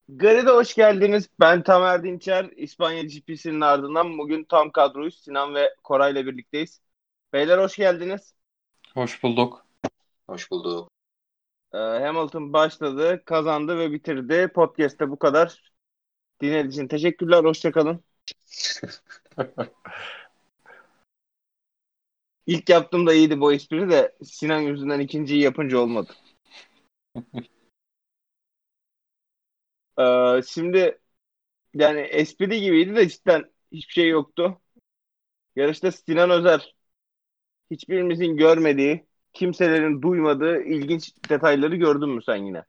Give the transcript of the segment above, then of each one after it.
Gari'de hoş geldiniz. Ben Tamer Dinçer. İspanya GP'sinin ardından bugün tam kadroyuz. Sinan ve Koray'la birlikteyiz. Beyler hoş geldiniz. Hoş bulduk. Hoş bulduk. Hamilton başladı, kazandı ve bitirdi. Podcast'te bu kadar. Dinlediğiniz için teşekkürler. Hoşçakalın. İlk yaptığımda iyiydi bu espri de Sinan yüzünden ikinciyi yapınca olmadı. Şimdi yani espri gibiydi de cidden hiçbir şey yoktu. Yarışta Sinan Özer hiçbirimizin görmediği, kimselerin duymadığı ilginç detayları gördün mü sen yine?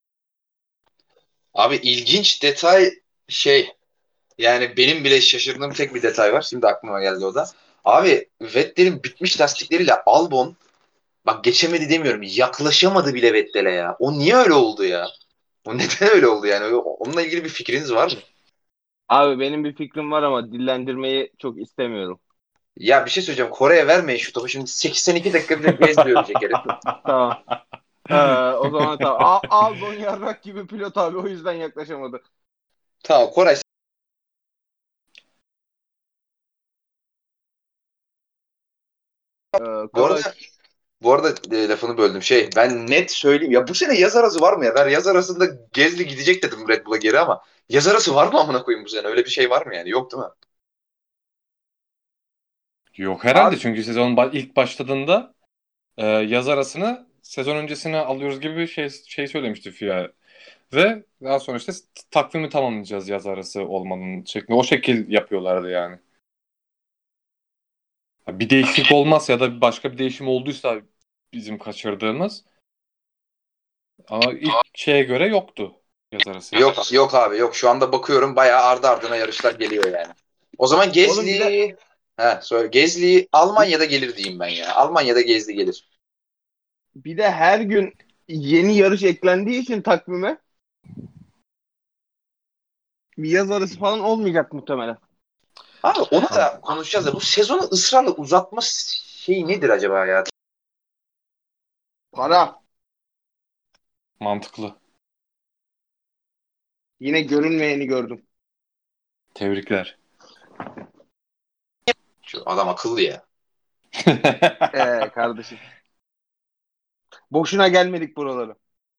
Abi ilginç detay şey yani benim bile şaşırdığım tek bir detay var. Şimdi aklıma geldi o da. Abi Vettel'in bitmiş lastikleriyle Albon bak geçemedi demiyorum. Yaklaşamadı bile Vettel'e ya. O niye öyle oldu ya? O neden öyle oldu yani? Onunla ilgili bir fikriniz var mı? Abi benim bir fikrim var ama dillendirmeyi çok istemiyorum. Ya bir şey söyleyeceğim. Kore'ye vermeyin şu topu. Şimdi 82 dakika bize Gezdi övecek herif. Tamam. Ee, O zaman tamam. Albon yarrak gibi pilot abi o yüzden yaklaşamadı. Tamam Koray. Bu Koray, arada lafını böldüm. Ben net söyleyeyim. Ya bu sene yaz arası var mı ya? Ben yaz arasında Gezli gidecek dedim Red Bull'a geri ama yaz arası var mı amına koyayım bu sene? Öyle bir şey var mı yani? Yok değil mi? Yok herhalde Abi çünkü sezon ilk başladığında yaz arasını sezon öncesine alıyoruz gibi bir şey söylemişti FIA. Ve daha sonra işte takvimi tamamlayacağız yaz arası olmanın şeklinde. O şekil yapıyorlardı yani. Bir değişiklik olmaz ya da başka bir değişim olduysa bizim kaçırdığımız ama ilk şeye göre yoktu yaz arası. yok abi yok. Şu anda bakıyorum bayağı ardı ardına yarışlar geliyor yani. O zaman oğlum Söyle Gezli Almanya'da gelir diyeyim ben ya. Almanya'da Gezli gelir. bir de her gün yeni yarış eklendiği için takvime bir yaz arası falan olmayacak muhtemelen. Abi onu da konuşacağız da bu sezonu ısrarla uzatma şeyi nedir acaba ya? Para. Mantıklı. Yine görünmeyeni gördüm. Tebrikler. Şu adam akıllı ya. Kardeşim. Boşuna gelmedik buralara.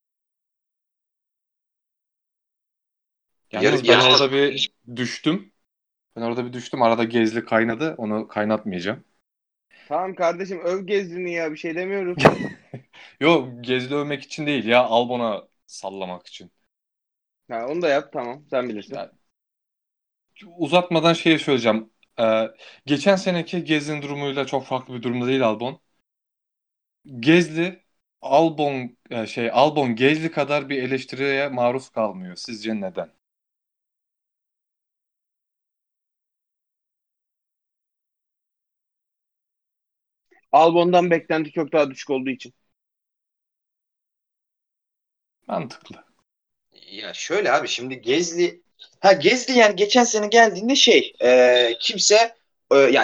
Yalnız ben Yarışta orada bir düştüm. Arada Gezli kaynadı. Onu kaynatmayacağım. Tamam kardeşim öv gezdiğini ya bir şey demiyoruz. Yok Gezli övmek için değil ya Albon'a sallamak için. Ha, onu da yap tamam sen bilirsin. Yani uzatmadan şeyi söyleyeceğim. Geçen seneki Gezli'nin durumuyla çok farklı bir durumda değil Albon. Gezli Albon Gezli kadar bir eleştiriye maruz kalmıyor. Sizce neden? Albon'dan beklenti çok daha düşük olduğu için. Mantıklı. ya şöyle abi şimdi Gezli yani geçen sene geldiğinde kimse ya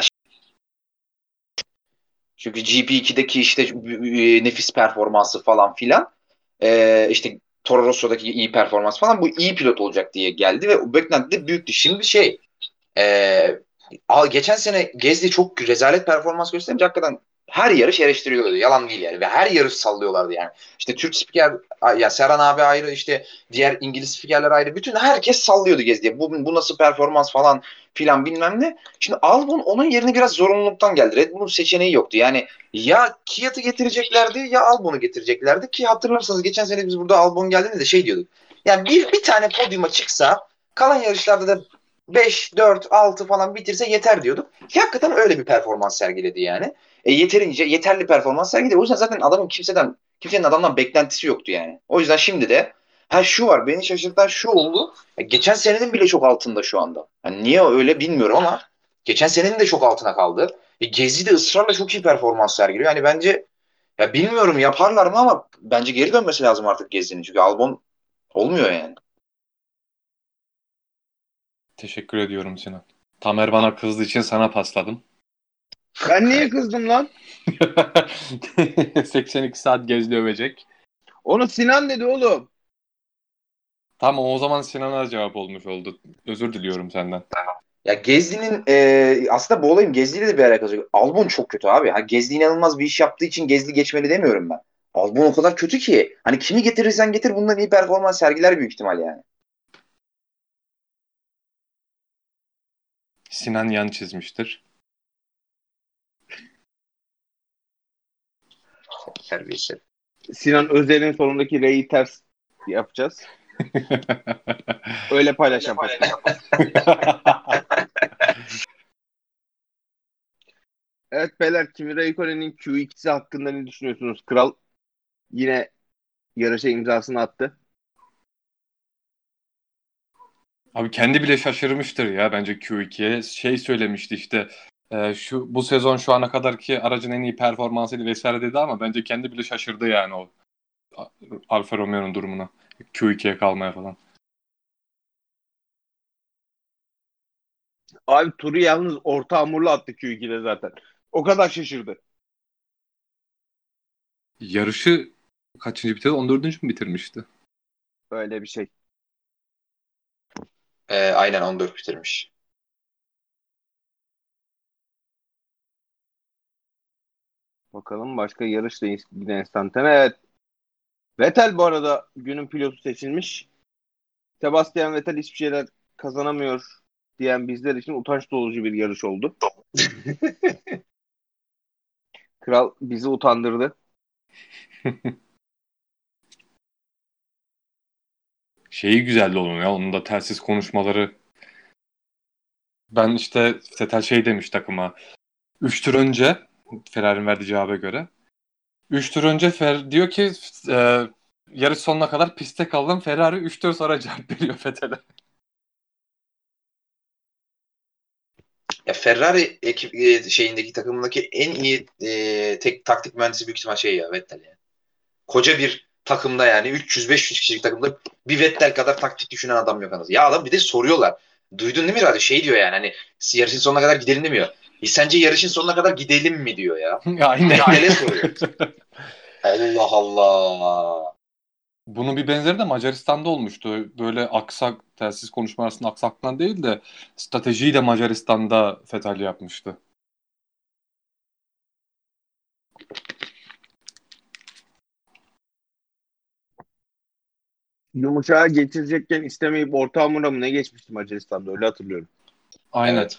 çünkü GP2'deki işte nefis performansı falan filan işte Toro Rosso'daki iyi performans falan bu iyi pilot olacak diye geldi ve o beklenti de büyüktü. Şimdi Ee, geçen sene Gezdi çok rezalet performans gösterince hakikaten her yarış eleştiriyordu. Yalan değil yani. Ve her yarış sallıyorlardı yani. İşte Türk spiker, ya Serhan abi ayrı, işte diğer İngiliz spikerler ayrı. Bütün herkes sallıyordu Gezdi'ye. Bu nasıl performans falan filan bilmem ne. Şimdi Albon onun yerine biraz zorunluluktan geldi. Red Bull'un seçeneği yoktu. Yani ya Kvyat'ı getireceklerdi ya Albon'u getireceklerdi ki hatırlarsanız geçen sene biz burada Albon geldiğinde de şey diyorduk. Yani bir tane podyuma çıksa kalan yarışlarda da 5, 4, 6 falan bitirse yeter diyorduk. Ki hakikaten öyle bir performans sergiledi yani. Yeterli performans sergiledi. O yüzden zaten kimsenin adamdan beklentisi yoktu yani. O yüzden şimdi de şu var beni şaşırtan şu oldu. Geçen senenin bile çok altında şu anda. Yani niye öyle bilmiyorum ama geçen senenin de çok altına kaldı. Gezi de ısrarla çok iyi performans sergiliyor. Yani bence ya bilmiyorum yaparlar mı ama bence geri dönmesi lazım artık Gezi'nin. Çünkü Albon olmuyor yani. Teşekkür ediyorum Sinan. Tamer bana kızdığı için sana pasladım. Ben niye kızdım lan? 82 saat Gezli övecek. Onu Sinan dedi oğlum. Tamam, o zaman Sinan'a cevap olmuş oldu. Özür diliyorum senden. Ya Gezli'nin aslında bu olayın Gezli'yle de bir alakası yok. Albon çok kötü abi. Ha, Gezli inanılmaz bir iş yaptığı için Gezli geçmeli demiyorum ben. Albon o kadar kötü ki. Hani kimi getirirsen getir bundan iyi performans sergiler büyük ihtimal yani. Sinan yan çizmiştir. Terbiyesiz. Sinan Özer'in sonundaki R'yi ters yapacağız. Öyle paylaşacağım podcast. Evet beyler, Kimi Räikkönen'in Q2'si hakkında ne düşünüyorsunuz? Kral yine yarışa imzasını attı. Abi kendi bile şaşırmıştır ya bence Q2'ye. Şey söylemişti işte, bu sezon şu ana kadarki aracın en iyi performansıydı vesaire dedi ama bence kendi bile şaşırdı yani o Alfa Romeo'nun durumuna. Q2'ye kalmaya falan. Abi turu yalnız orta hamurlu attı Q2'de zaten. O kadar şaşırdı. Yarışı kaçıncı bitirdi? 14. mü bitirmişti? Öyle bir şey. Aynen 14 bitirmiş. Bakalım başka yarışla yine enstantane. Evet. Vettel bu arada günün pilotu seçilmiş. Sebastian Vettel hiçbir şeyler kazanamıyor diyen bizler için utanç dolucu bir yarış oldu. Kral bizi utandırdı. Şeyi güzeldi onun ya. Onun da telsiz konuşmaları. Ben işte Vettel şey demiş takıma. 3 tur önce Ferrari'nin verdiği cevaba göre. 3 tur önce diyor ki yarış sonuna kadar pistte kaldım. Ferrari 3 tur sonra cevap veriyor Vettel'e. Ya Ferrari şeyindeki takımındaki en iyi tek taktik mühendisi büyük ihtimal şey ya Vettel ya. Koca bir takımda yani 300-500 kişilik takımda bir Vettel kadar taktik düşünen adam yok anasını. Ya adam bir de soruyorlar. Duydun değil mi radyo? Şey diyor yani hani yarışın sonuna kadar gidelim demiyor. Sence yarışın sonuna kadar gidelim mi diyor ya. Aynen. Vettel'e soruyor. Allah Allah. Bunun bir benzeri de Macaristan'da olmuştu. Böyle aksak, telsiz konuşma arasında aksaktan değil de stratejiyi de Macaristan'da Vettel yapmıştı. Yumuşağı geçirecekken istemeyip orta hamura mı ne geçmişti Macaristan'da, öyle hatırlıyorum. Aynen. Evet.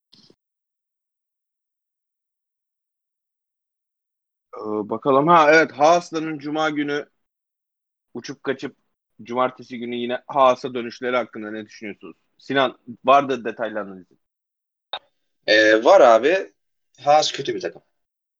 Bakalım. Ha evet, Haas'ların Cuma günü uçup kaçıp Cumartesi günü yine Haas'a dönüşleri hakkında ne düşünüyorsunuz? Sinan, vardı detaylı analizi. Var abi. Haas kötü bir takım.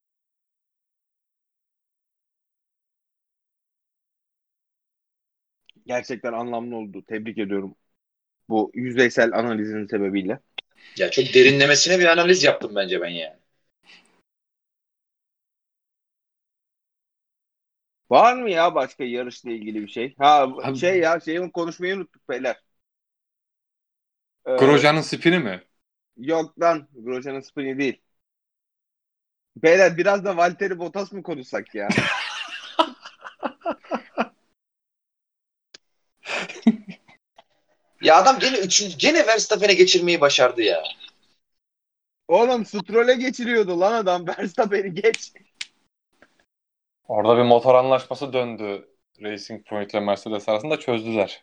Gerçekten anlamlı oldu. Tebrik ediyorum bu yüzeysel analizinin sebebiyle. Ya çok derinlemesine bir analiz yaptım bence ben yani. Var mı ya başka yarışla ilgili bir şey? Ha Abi, şeyi konuşmayı unuttuk beyler. Ee, Grosjean'ın spini mi? Yok lan, Grosjean'ın spini değil. Beyler biraz da Valtteri Bottas mı konuşsak ya? Ya adam gene Verstappen'e geçirmeyi başardı ya. Oğlum Stroll'e geçiriyordu lan adam. Verstappen'i geç. Orada bir motor anlaşması döndü. Racing Point ile Mercedes arasında çözdüler.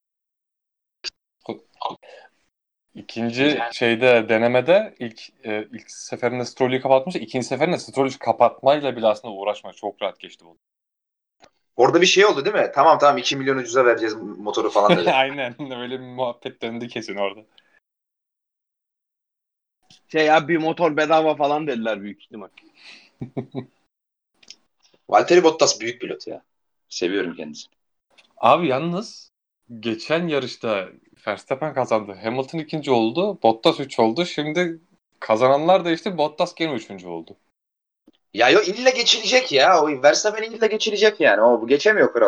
İkinci şeyde denemede ilk seferinde Stroll'ü kapatmış. İkinci seferinde Stroll'ü kapatmayla bile aslında uğraşmak çok rahat geçti bu. Orada bir şey oldu değil mi? Tamam tamam 2 milyon ucuza vereceğiz motoru falan dedi. Aynen öyle bir muhabbet döndü kesin orada. Bir motor bedava falan dediler büyük ihtimal. Valtteri Bottas büyük pilot ya. Seviyorum kendisini. Abi yalnız geçen yarışta Verstappen kazandı. Hamilton ikinci oldu. Bottas 3 oldu. Şimdi kazananlar değişti. Bottas gene üçüncü oldu. Ya yo illa geçilecek ya. O Verstappen'i illa geçilecek yani. O bu geçemiyor kral.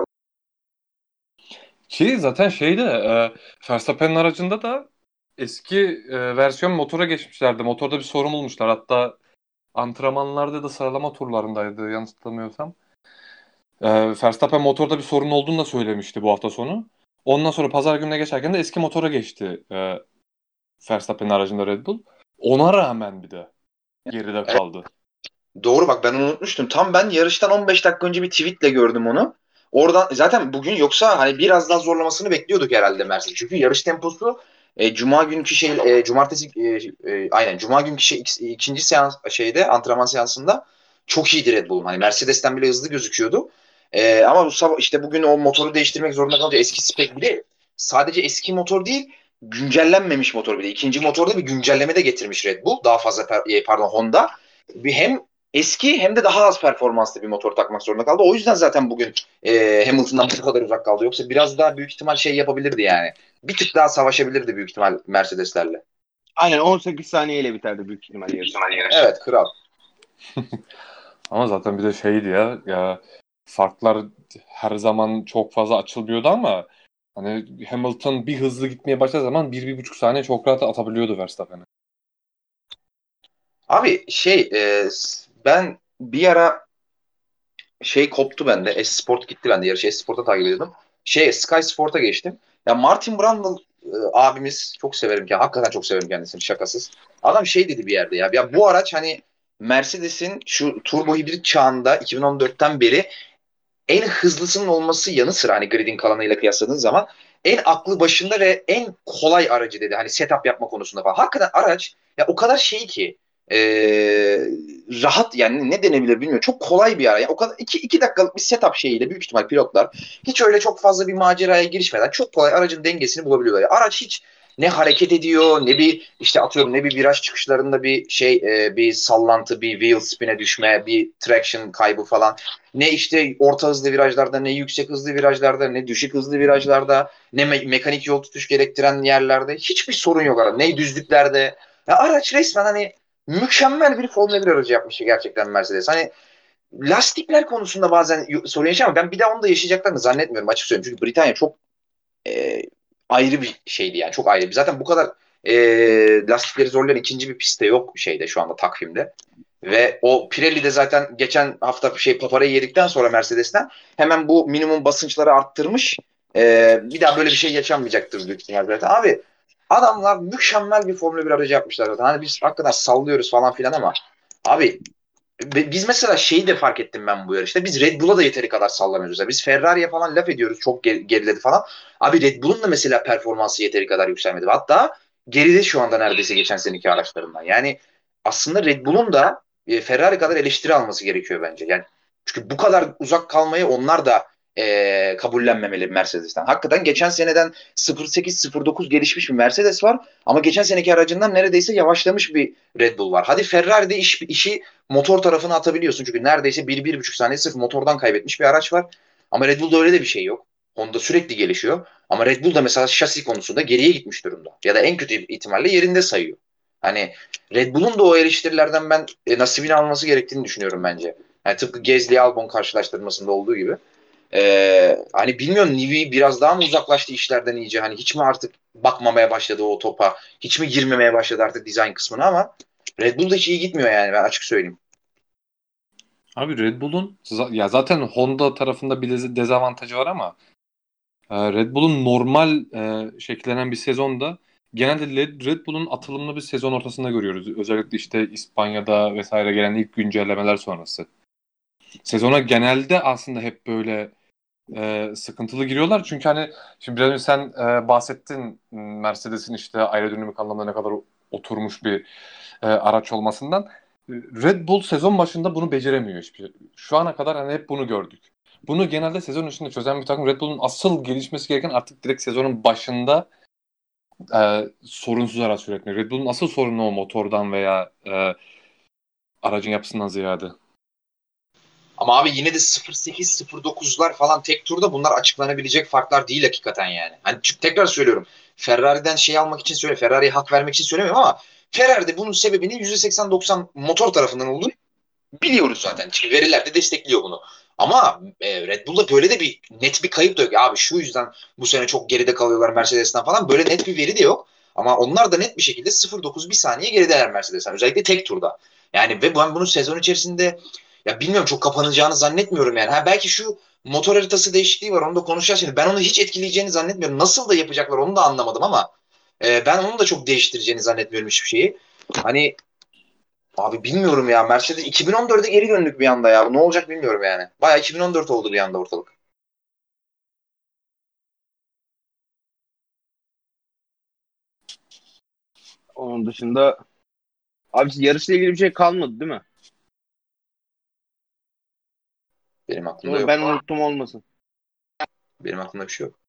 Ki zaten Verstappen'in aracında da eski versiyon motora geçmişlerdi. Motorda bir sorun bulmuşlar. Hatta antrenmanlarda da sıralama turlarındaydı yanlış hatırlamıyorsam. Verstappen motorda bir sorun olduğunu da söylemişti bu hafta sonu. Ondan sonra pazar gününe geçerken de eski motora geçti Verstappen'in aracında Red Bull. Ona rağmen bir de geride Evet, kaldı. doğru bak ben onu unutmuştum. Tam ben yarıştan 15 dakika önce bir tweetle gördüm onu. Oradan zaten bugün yoksa hani biraz daha zorlamasını bekliyorduk herhalde Mercedes. Çünkü yarış temposu Cuma günkü cumartesi aynen Cuma günkü ikinci seans antrenman seansında çok iyiydi Red Bull'un. Hani Mercedes'ten bile hızlı gözüküyordu. Ama bu sabah işte bugün o motoru değiştirmek zorunda kalınca eski spek bile sadece eski motor değil güncellenmemiş motor bile. İkinci motorda bir güncelleme de getirmiş Red Bull. Daha fazla Honda. Hem eski hem de daha az performanslı bir motor takmak zorunda kaldı. O yüzden zaten bugün Hamilton'dan bu kadar uzak kaldı. Yoksa biraz daha büyük ihtimal yapabilirdi yani. Bir tık daha savaşabilirdi büyük ihtimal Mercedes'lerle. Aynen 18 saniyeyle biterdi büyük ihtimalle yarış. Evet kral. Ama zaten bir de şeydi ya farklar her zaman çok fazla açılmıyordu ama hani Hamilton bir hızlı gitmeye başladığı zaman 1-1,5 saniye çok rahat atabiliyordu Verstappen'e. Abi ben bir ara koptu bende. Sport gitti bende. Yarışı Sport'a takip ediyordum. Sky Sport'a geçtim. Ya Martin Brundle abimiz çok severim ki. Hakikaten çok severim kendisini şakasız. Adam dedi bir yerde ya. Ya bu araç hani Mercedes'in şu turbo hibrit çağında 2014'ten beri en hızlısının olması yanı sıra hani gridin kalanıyla kıyasladığın zaman en aklı başında ve en kolay aracı dedi. Hani setup yapma konusunda falan. Hakikaten araç ya o kadar ki e, rahat yani ne denebilir bilmiyorum. Çok kolay bir araç. Yani o kadar iki dakikalık bir setup şeyiyle büyük ihtimal pilotlar hiç öyle çok fazla bir maceraya girişmeden çok kolay aracın dengesini bulabiliyorlar. Yani araç hiç ne hareket ediyor ne bir işte atıyorum ne bir viraj çıkışlarında bir sallantı, bir wheel spin'e düşme, bir traction kaybı falan. Ne işte orta hızlı virajlarda, ne yüksek hızlı virajlarda, ne düşük hızlı virajlarda, ne mekanik yol tutuş gerektiren yerlerde hiçbir sorun yok arada. Ne düzlüklerde. Ya araç resmen hani mükemmel bir Formula 1 aracı yapmış gerçekten Mercedes. Hani lastikler konusunda bazen sorun yaşıyor ama ben bir daha onu da yaşayacaklarını zannetmiyorum açık söyleyeyim. Çünkü Britanya çok e, ayrı bir şeydi yani çok ayrı. Zaten bu kadar lastikleri zorlayan ikinci bir pistte yok şu anda takvimde. Ve o Pirelli de zaten geçen hafta paparayı yedikten sonra Mercedes'ten hemen bu minimum basınçları arttırmış. Bir daha böyle bir şey yaşanmayacaktır büyük ihtimal zaten. Abi adamlar mükemmel bir Formula 1 aracı yapmışlar zaten. Hani biz hakikaten sallıyoruz falan filan ama abi biz mesela de fark ettim ben bu yarışta. Biz Red Bull'a da yeteri kadar sallamıyoruz. Biz Ferrari'ye falan laf ediyoruz. Çok geriledi falan. Abi Red Bull'un da mesela performansı yeteri kadar yükselmedi. Hatta geride şu anda neredeyse geçen seneki araçlarından. Yani aslında Red Bull'un da Ferrari kadar eleştiri alması gerekiyor bence. Yani çünkü bu kadar uzak kalmayı onlar da kabullenmemeli Mercedes'ten. Hakikaten geçen seneden 0.8-0.9 gelişmiş bir Mercedes var. Ama geçen seneki aracından neredeyse yavaşlamış bir Red Bull var. Hadi Ferrari'de işi motor tarafına atabiliyorsun. Çünkü neredeyse 1-1,5 saniye sırf motordan kaybetmiş bir araç var. Ama Red Bull'da öyle de bir şey yok. Honda sürekli gelişiyor. Ama Red Bull da mesela şasi konusunda geriye gitmiş durumda. Ya da en kötü ihtimalle yerinde sayıyor. Hani Red Bull'un da o eleştirilerden ben nasibini alması gerektiğini düşünüyorum bence. Yani tıpkı Gasly Albon karşılaştırmasında olduğu gibi. Hani bilmiyorum Nivi biraz daha mı uzaklaştı işlerden iyice? Hani hiç mi artık bakmamaya başladı o topa? Hiç mi girmemeye başladı artık dizayn kısmına ama Red Bull da hiç iyi gitmiyor yani ben açık söyleyeyim. Abi Red Bull'un ya zaten Honda tarafında bir dezavantajı var ama Red Bull'un normal şekillenen bir sezonda genelde Red Bull'un atılımlı bir sezon ortasında görüyoruz. Özellikle işte İspanya'da vesaire gelen ilk güncellemeler sonrası. Sezona genelde aslında hep böyle sıkıntılı giriyorlar. Çünkü hani şimdi biraz önce sen bahsettin Mercedes'in işte aerodinamik anlamda ne kadar oturmuş bir araç olmasından. Red Bull sezon başında bunu beceremiyor hiçbir şey. Şu ana kadar hani hep bunu gördük. Bunu genelde sezon içinde çözen bir takım Red Bull'un asıl gelişmesi gereken artık direkt sezonun başında sorunsuz araç üretmek. Red Bull'un asıl sorunu o motordan veya aracın yapısından ziyade. Ama abi yine de 0.8-0.9'lar falan tek turda bunlar açıklanabilecek farklar değil hakikaten yani. Hani tekrar söylüyorum. Ferrari'den almak için Ferrari'ye hak vermek için söylemiyorum ama Ferrari'de bunun sebebinin %80-90 motor tarafından olduğunu biliyoruz zaten. Çünkü veriler de destekliyor bunu. Ama Red Bull'da böyle de bir net bir kayıp da yok. Abi şu yüzden bu sene çok geride kalıyorlar Mercedes'ten falan. Böyle net bir veri de yok. Ama onlar da net bir şekilde 0.9 bir saniye gerideler Mercedes'ten. Özellikle tek turda. Yani ve ben bunun sezon içerisinde ya bilmiyorum çok kapanacağını zannetmiyorum yani. Ha belki şu motor haritası değişikliği var. Onu da konuşacağız şimdi. Ben onu hiç etkileyeceğini zannetmiyorum. Nasıl da yapacaklar onu da anlamadım ama ben onu da çok değiştireceğini zannetmiyorum hiçbir şeyi. Hani abi bilmiyorum ya. Mercedes 2014'e geri döndük bir anda ya. Ne olacak bilmiyorum yani. Bayağı 2014 oldu bir anda ortalık. Onun dışında abi yarışla ilgili bir şey kalmadı değil mi? Benim aklımda Sonra ben yok. unuttum olmasın. Benim aklımda bir şey yok.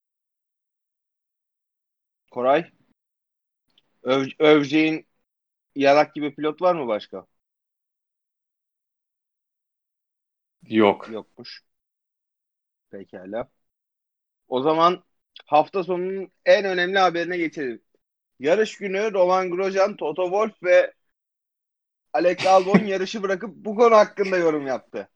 Koray, öveceğin yarak gibi pilot var mı başka? Yok. Yokmuş. Pekala. O zaman hafta sonunun en önemli haberine geçelim. Yarış günü Romain Grosjean, Toto Wolff ve Alec Albon yarışı bırakıp bu konu hakkında yorum yaptı.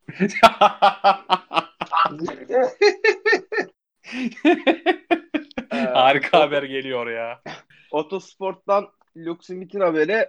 Ee, Harika haber geliyor ya. Otosport'tan Lux Smith'in haberi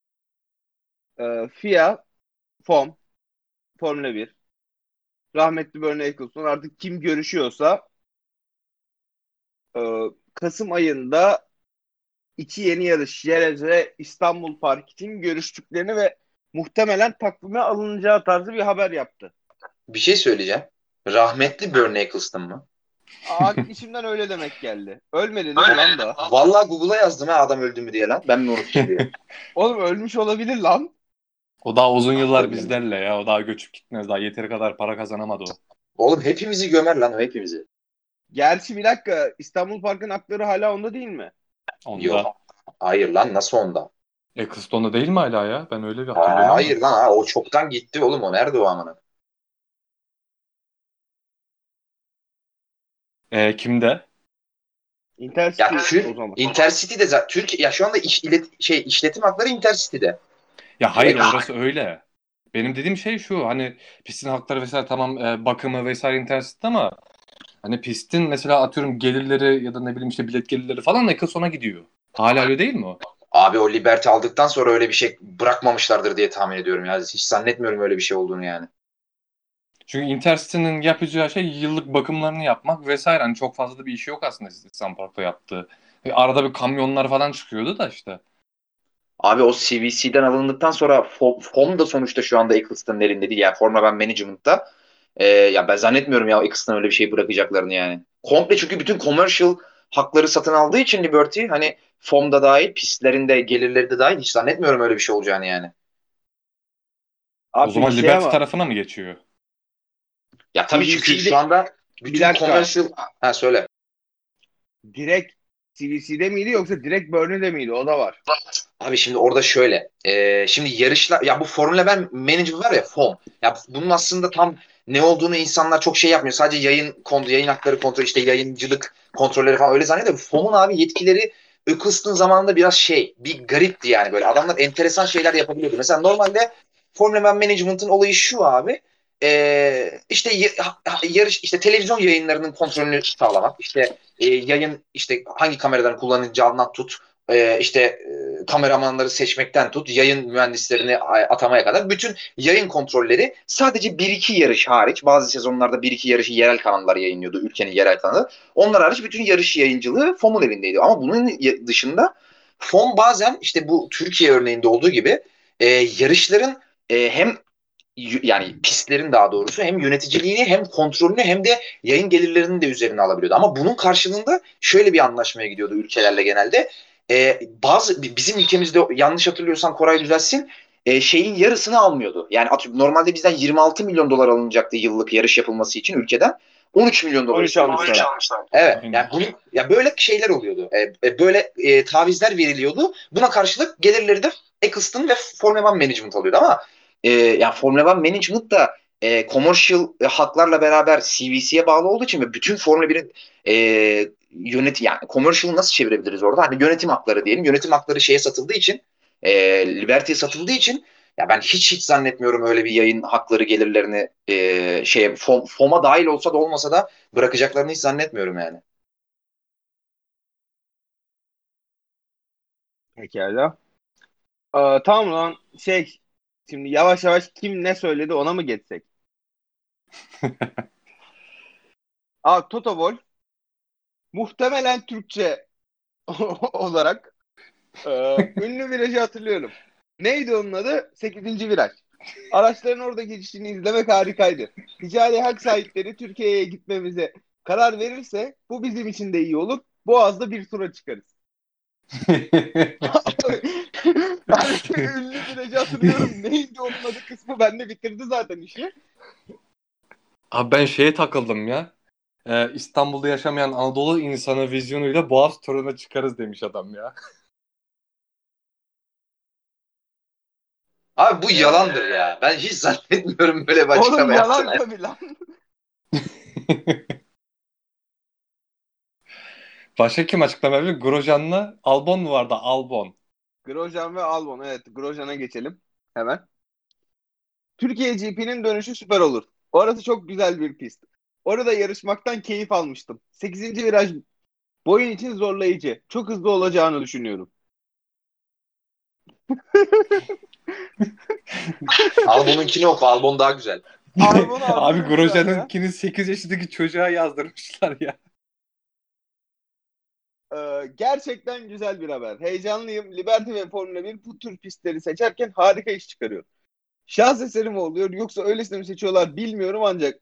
FIA, FOM, Formula 1, rahmetli Bernie Eccleston artık kim görüşüyorsa e, Kasım ayında iki yeni yarış Jerez ve İstanbul Park için görüştüklerini ve muhtemelen takvime alınacağı tarzı bir haber yaptı. Bir şey söyleyeceğim. Rahmetli Bernie Eccleston mı? İçimden öyle demek geldi. Ölmedi değil mi lan da? Vallahi Google'a yazdım ha adam öldü mü diye lan. Ben mi unuttum diye. Oğlum ölmüş olabilir lan. O daha uzun yıllar Harbiden. bizlerle ya. O daha göçüp gitmez. Daha yeteri kadar para kazanamadı o. Oğlum hepimizi gömer lan o hepimizi. Gerçi bir dakika İstanbul Park'ın hakları hala onda değil mi? Onda. Yok. Hayır lan nasıl onda? Eccleston'da değil mi hala ya? Ben öyle bir hatırlıyorum ama. Hayır lan ha, o çoktan gitti oğlum o nerede o amına? Kimde? Ya Intercity o Türk zaman. Intercity'de Türkiye ya şu anda işletim hakları Intercity'de. Ya hayır Direkt orası öyle. Benim dediğim şey şu hani pistin hakları vesaire tamam bakımı vesaire internette ama hani pistin mesela atıyorum gelirleri ya da ne bileyim işte bilet gelirleri falan Eccleston'a gidiyor. Hala öyle değil mi o? abi o Liberty aldıktan sonra öyle bir şey bırakmamışlardır diye tahmin ediyorum ya. Hiç zannetmiyorum öyle bir şey olduğunu yani. Çünkü Intercity'nin yapacağı şey yıllık bakımlarını yapmak vesaire. Hani çok fazla da bir işi yok aslında Sistem Park'ta yaptığı. Arada bir kamyonlar falan çıkıyordu da işte. Abi o CVC'den alındıktan sonra FOM da sonuçta şu anda Eccleston'ın elinde değil. Yani Formula One Management'ta. Ya ben zannetmiyorum ya Eccleston'a öyle bir şey bırakacaklarını yani. Komple çünkü bütün commercial hakları satın aldığı için Liberty hani FOM'da dahil, pistlerinde gelirleri de dahil hiç zannetmiyorum öyle bir şey olacağını yani. O Abi zaman şey Liberty ama tarafına mı geçiyor? Ya tabii çünkü CVC'de şu anda bir bütün dakika commercial... Ha söyle. direkt CVC'de miydi yoksa direkt Burnley'de miydi? O da var. Abi şimdi orada şöyle. Şimdi yarışlar ya bu Formula 1 Manager var ya FOM. Ya bunun aslında tam ne olduğunu insanlar çok şey yapmıyor. Sadece yayın hakları kontrol işte yayıncılık kontrolleri falan öyle zannediyor. FOM'un abi yetkileri Eccleston zamanında biraz bir garipti yani böyle. Adamlar enteresan şeyler yapabiliyordu. Mesela normalde Formula 1 Management'ın olayı şu abi. İşte yarış işte televizyon yayınlarının kontrolünü sağlamak. İşte yayın işte hangi kameradan kullanılacağından tut işte kameramanları seçmekten tut, yayın mühendislerini atamaya kadar bütün yayın kontrolleri sadece bir iki yarış hariç, bazı sezonlarda bir iki yarışı yerel kanallar yayınlıyordu, ülkenin yerel kanalı. Onlar hariç bütün yarış yayıncılığı FOM'un elindeydi. Ama bunun dışında FOM bazen işte bu Türkiye örneğinde olduğu gibi yarışların hem yani pistlerin daha doğrusu hem yöneticiliğini hem kontrolünü hem de yayın gelirlerini de üzerine alabiliyordu. Ama bunun karşılığında şöyle bir anlaşmaya gidiyordu ülkelerle genelde. Bizim ülkemizde yanlış hatırlıyorsam Koray düzelsin şeyin yarısını almıyordu. Yani normalde bizden 26 milyon dolar alınacaktı yıllık yarış yapılması için ülkeden. 13 milyon dolar 13 istiyordu. almışlar. Evet. Yani Aynen. ya böyle şeyler oluyordu. Böyle tavizler veriliyordu. Buna karşılık gelirleri de Eccleston ve Formula 1 Management alıyordu ama yani Formula 1 Management da commercial haklarla beraber CVC'ye bağlı olduğu için ve bütün Formula 1'in yani commercial nasıl çevirebiliriz orada? Hani yönetim hakları diyelim. Yönetim hakları şeye satıldığı için Liberty'ye satıldığı için ya ben hiç zannetmiyorum öyle bir yayın hakları gelirlerini FOM'a dahil olsa da olmasa da bırakacaklarını hiç zannetmiyorum yani. Pekala. Tamam lan şimdi yavaş yavaş kim ne söyledi ona mı geçsek? Toto Wolff muhtemelen Türkçe olarak ünlü virajı hatırlıyorum. Neydi onun adı? 8. viraj. Araçların orada geçişini izlemek harikaydı. Ticari hak sahipleri Türkiye'ye gitmemize karar verirse bu bizim için de iyi olur. Boğaz'da bir tura çıkarız. Ünlü virajı hatırlıyorum. Neydi onun adı kısmı bende bitirdi zaten işi. Abi ben şeye takıldım ya. İstanbul'da yaşamayan Anadolu insanı vizyonuyla Boğaz turuna çıkarız demiş adam ya. Abi bu yalandır ya. Ben hiç zannetmiyorum böyle bir açıklama Oğlum yalan yapsın. tabii lan. Başka kim açıklama yapıyor? Grosjean'la Albon mu vardı? Albon. Grosjean ve Albon. Evet, Grosjean'a geçelim hemen. Türkiye GP'nin dönüşü süper olur. Orası çok güzel bir pist. Orada yarışmaktan keyif almıştım. 8. viraj boyun için zorlayıcı. Çok hızlı olacağını düşünüyorum. Albon'unkini oku. Albon daha güzel. Albon Abi çok güzel ya. Grosjean'ınkini 8 yaşındaki çocuğa yazdırmışlar ya. Gerçekten güzel bir haber. Heyecanlıyım. Liberty ve Formula 1 bu tür pistleri seçerken harika iş çıkarıyor. Şans eseri mi oluyor yoksa öylesine mi seçiyorlar bilmiyorum ancak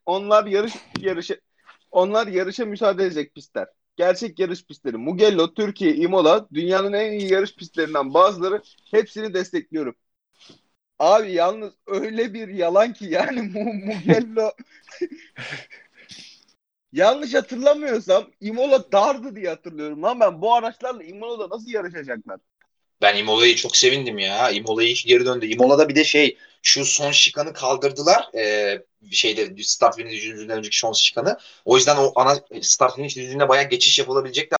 onlar yarışa müsaade edecek pistler. Gerçek yarış pistleri. Mugello, Türkiye, Imola dünyanın en iyi yarış pistlerinden bazıları, hepsini destekliyorum. Abi yalnız öyle bir yalan ki yani Mugello yanlış hatırlamıyorsam Imola dardı diye hatırlıyorum lan ben bu araçlarla Imola'da nasıl yarışacaklar? Ben Imola'yı çok sevindim ya. Imola'yı geri döndü. Imola'da bir de şu son şikanı kaldırdılar. Start finish düzlüğünden önceki son şikanı. O yüzden o ana start finish düzlüğüne bayağı geçiş yapılabilecek de.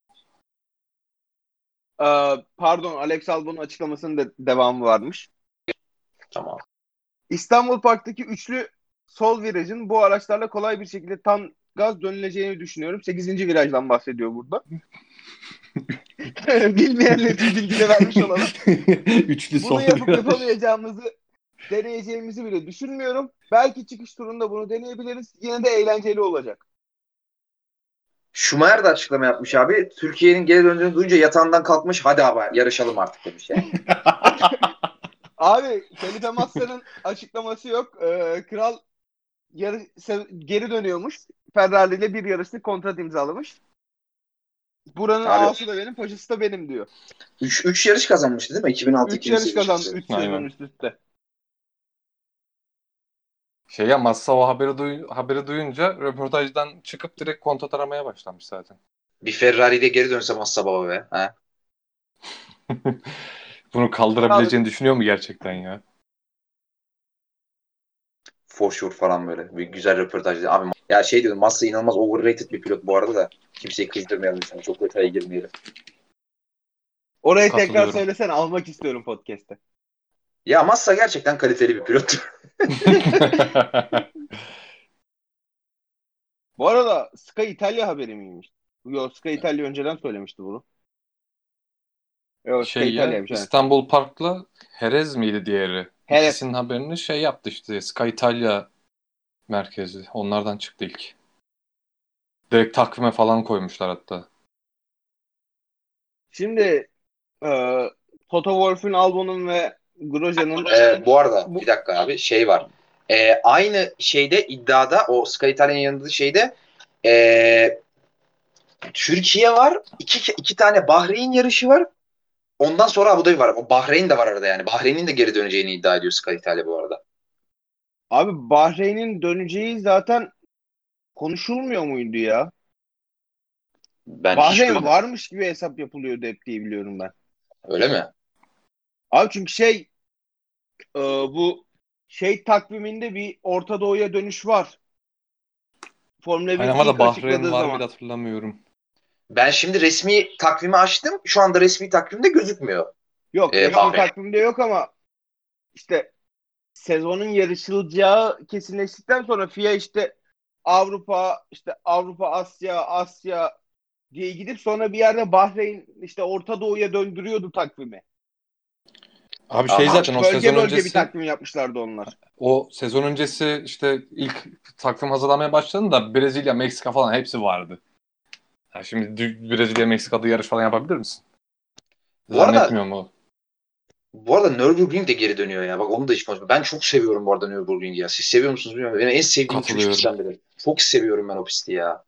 Pardon, Alex Albon'un açıklamasının da devamı varmış. Tamam. İstanbul Park'taki üçlü sol virajın bu araçlarla kolay bir şekilde tam gaz dönüleceğini düşünüyorum. 8. virajdan bahsediyor burada. Bilmeyenler için bilgi de vermiş olalım. Üçlü Bunu son yapıp viraj. yapamayacağımızı, deneyeceğimizi bile düşünmüyorum. Belki çıkış turunda bunu deneyebiliriz. Yine de eğlenceli olacak. Schumacher da açıklama yapmış abi. Türkiye'nin geri döndüğünü duyunca yatağından kalkmış. Hadi abi yarışalım artık demiş yani. Abi Felipe Massa'nın açıklaması yok. Kral geri dönüyormuş. Ferrari ile bir yarışlık kontrat imzalamış. Buranın Abi, ağası da benim, paşası da benim diyor. 3 yarış kazanmıştı değil mi? 2006 3 yarış kazandı 3 sezon Aynen. üst üste. Massa o haberi duyunca röportajdan çıkıp direkt kontrat aramaya başlamış zaten. Bir Ferrari ile geri dönse Massa baba be. Ha? Bunu kaldırabileceğini düşünüyor mu gerçekten ya? For sure falan böyle. Bir güzel röportaj. Abi ya diyordum, Massa inanılmaz overrated bir pilot bu arada da. Kimseyi kızdırmayalım şimdi. Çok detaya girmeyelim. Orayı tekrar Katılıyorum. söylesene, almak istiyorum podcast'te. Ya Massa gerçekten kaliteli bir pilot. Bu arada Sky İtalya haberi miymiş? Yok, Sky İtalya önceden söylemişti bunu. Yok, Sky İtalya'ymış. Yani. İstanbul Park'la Jerez miydi diğeri? Jerez. İkisinin haberini yaptı işte. Sky İtalya merkezi. Onlardan çıktı ilk. Direkt takvime falan koymuşlar hatta. Şimdi Toto Wolff'un, Albon'un ve Grosjean'ın Bu arada bir dakika abi var. Aynı iddiada o Sky İtalya'nın yanında Türkiye var. İki tane Bahreyn yarışı var. Ondan sonra Abu Dhabi var. O Bahreyn de var arada yani. Bahreyn'in de geri döneceğini iddia ediyor Sky İtalya bu arada. abi Bahreyn'in döneceği zaten konuşulmuyor muydu ya? Ben hiç Bahreyn duymadım. varmış gibi hesap yapılıyordu hep diye biliyorum ben. Öyle mi? Abi çünkü bu takviminde bir Orta Doğu'ya dönüş var. Formula 1 Aynen ama ilk da Bahreyn açıkladığı var zaman. mıydı hatırlamıyorum. Ben şimdi resmi takvimi açtım. Şu anda resmi takvimde gözükmüyor. Yok, resmi Bahreyn. takvimde yok ama işte sezonun yarışılacağı kesinleştikten sonra FIA Avrupa, Asya diye gidip sonra bir yerde Bahreyn Orta Doğu'ya döndürüyordu takvimi. Abi şey Ama zaten o Bölge sezon bölge bir öncesi takvim yapmışlardı onlar. o sezon öncesi işte ilk takvim hazırlamaya başladığında Brezilya, Meksika falan hepsi vardı. Ha şimdi Brezilya, Meksika'da yarış falan yapabilir misin? bu arada Zannetmiyorum o. Nürburgring de geri dönüyor ya. Bak onu da hiç konuşmadım. Ben çok seviyorum bu arada Nürburgring'i ya. Siz seviyor musunuz bilmiyorum. Benim en sevdiğim 2-3 Katılıyorum. pistten biri. Çok seviyorum ben o pisti ya.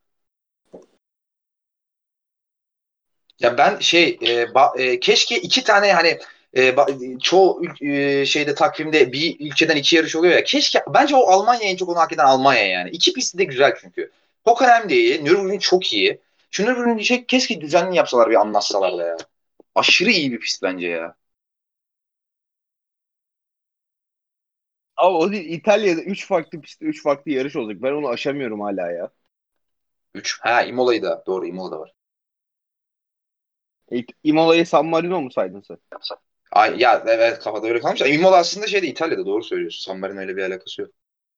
Ya ben keşke iki tane hani çoğu şeyde takvimde bir ülkeden iki yarış oluyor ya. Keşke bence o Almanya en çok onu hak eden Almanya yani. İki pisti de güzel çünkü. Hockenheim de iyi, Nürburgring çok iyi. Şu Nürburgring'i keşke düzenli yapsalar bir anlatsalar da ya. Aşırı iyi bir pist bence ya. Ama o değil. İtalya'da 3 farklı pistte 3 farklı yarış olacak. Ben onu aşamıyorum hala ya. Üç. Ha Imola'yı da. Doğru Imola da var. Imola'yı San Marino mu saydın sen? Ay, ya evet kafada öyle kalmış. Imola aslında şeyde İtalya'da doğru söylüyorsun. San Marino ile bir alakası yok.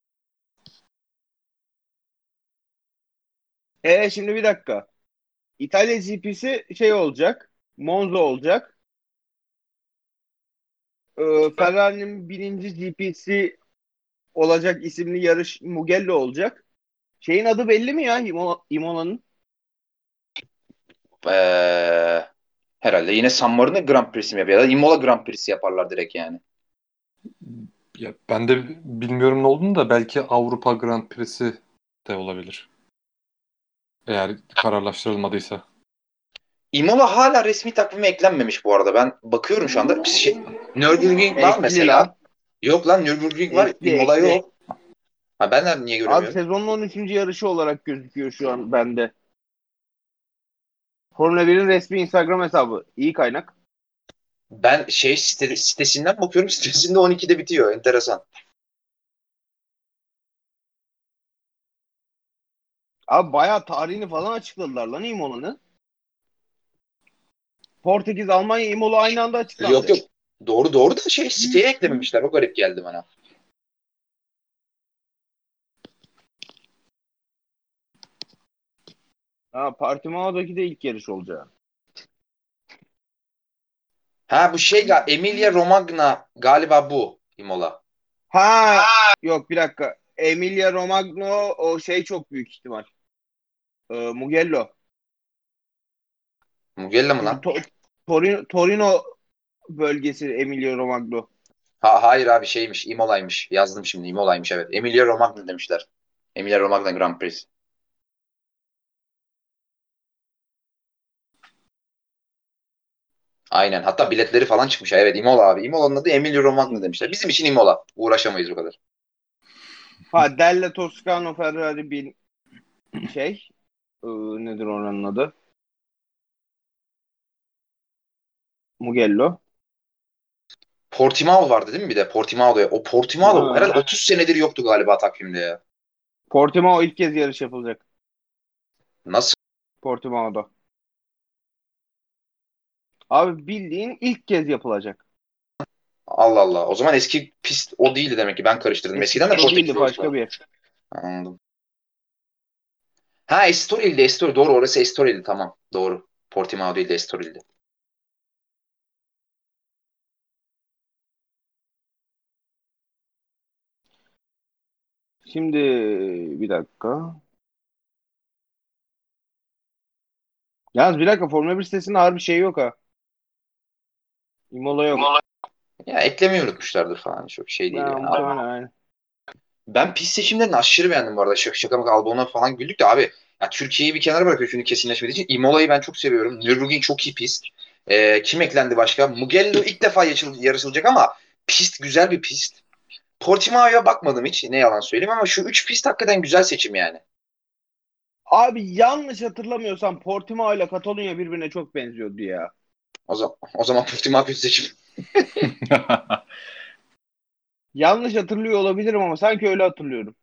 Şimdi bir dakika. İtalya GP'si şey olacak. Monza olacak. Ferrari'nin birinci GP'si olacak isimli yarış Mugello olacak. Şeyin adı belli mi ya Imola'nın? Ee, Herhalde yine San Marino Grand Prix'si mi yapıyor? Ya da Imola Grand Prix'si yaparlar direkt yani. Ya ben de bilmiyorum ne olduğunu da belki Avrupa Grand Prix'si de olabilir. Eğer kararlaştırılmadıysa. Imola hala resmi takvime eklenmemiş bu arada. Ben bakıyorum şu anda. Nürburgring var Ekli mesela. lan. Yok lan Nürburgring var. Ekli Imola ekli. yok. Ha ben niye Abi göremiyorum? sezonun 13. yarışı olarak gözüküyor şu an bende. Formula 1'in resmi Instagram hesabı. İyi kaynak. Ben sitesinden bakıyorum. Sitesinde 12'de bitiyor. Enteresan. Abi bayağı tarihini falan açıkladılar lan Imola'nın. Portekiz, Almanya, Imola aynı anda Yok açıklandı. yok. Doğru doğru da siteye eklememişler. O garip geldi bana. Portimao'daki de ilk yarış olacak. Ha bu Emilia Romagna galiba bu Imola. Ha yok bir dakika. Emilia Romagna o şey çok büyük ihtimal. Mugello. Mugello mı Çünkü lan? Torino bölgesi Emilia Romagna. Hayır abi şeymiş, Imola'ymış. Yazdım şimdi, Imola'ymış evet. Emilia Romagna demişler. Emilia Romagna Grand Prix. Aynen. Hatta biletleri falan çıkmış. Evet Imola abi. Imola'nın adı Emilia Romagna demişler. Bizim için Imola. Uğraşamayız o kadar. Della Toscano Ferrari bir şey. Nedir oranın adı? Mugello. Portimao vardı değil mi bir de? Portimao'da. O Portimao Ha. herhalde 30 senedir yoktu galiba takvimde ya. Portimao ilk kez yarış yapılacak. Nasıl? Portimao'da. Abi bildiğin ilk kez yapılacak. Allah Allah. O zaman eski pist o değildi demek ki. Ben karıştırdım. Eski Eskiden de pist o Portekiz değildi olmuşlar. başka bir yer. Anladım. Ha Estoril'di Estoril. Doğru orası Estoril'di tamam. Doğru. Portimao değil de Estoril'di. Şimdi bir dakika. Yalnız bir dakika Formula 1 sitesinde harbi şey yok ha. Imola yok. Ya eklemeyi unutmuşlardır falan. Çok şey değil Ha, yani. muhtemelen aynen. Ben pist seçimlerini aşırı beğendim bu arada. Şaka maka Albon'a falan güldük de abi. Ya Türkiye'yi bir kenara bırakıyor çünkü kesinleşmediği için. Imola'yı ben çok seviyorum. Nürburgring çok iyi pist. Kim eklendi başka? Mugello ilk defa yarışılacak ama pist güzel bir pist. Portimao'ya bakmadım hiç ne yalan söyleyeyim ama şu 3 pist hakikaten güzel seçim yani. Abi yanlış hatırlamıyorsam Portimao ile Catalunya birbirine çok benziyordu ya. O zaman Portimao kötü seçim. Yanlış hatırlıyor olabilirim ama sanki öyle hatırlıyorum.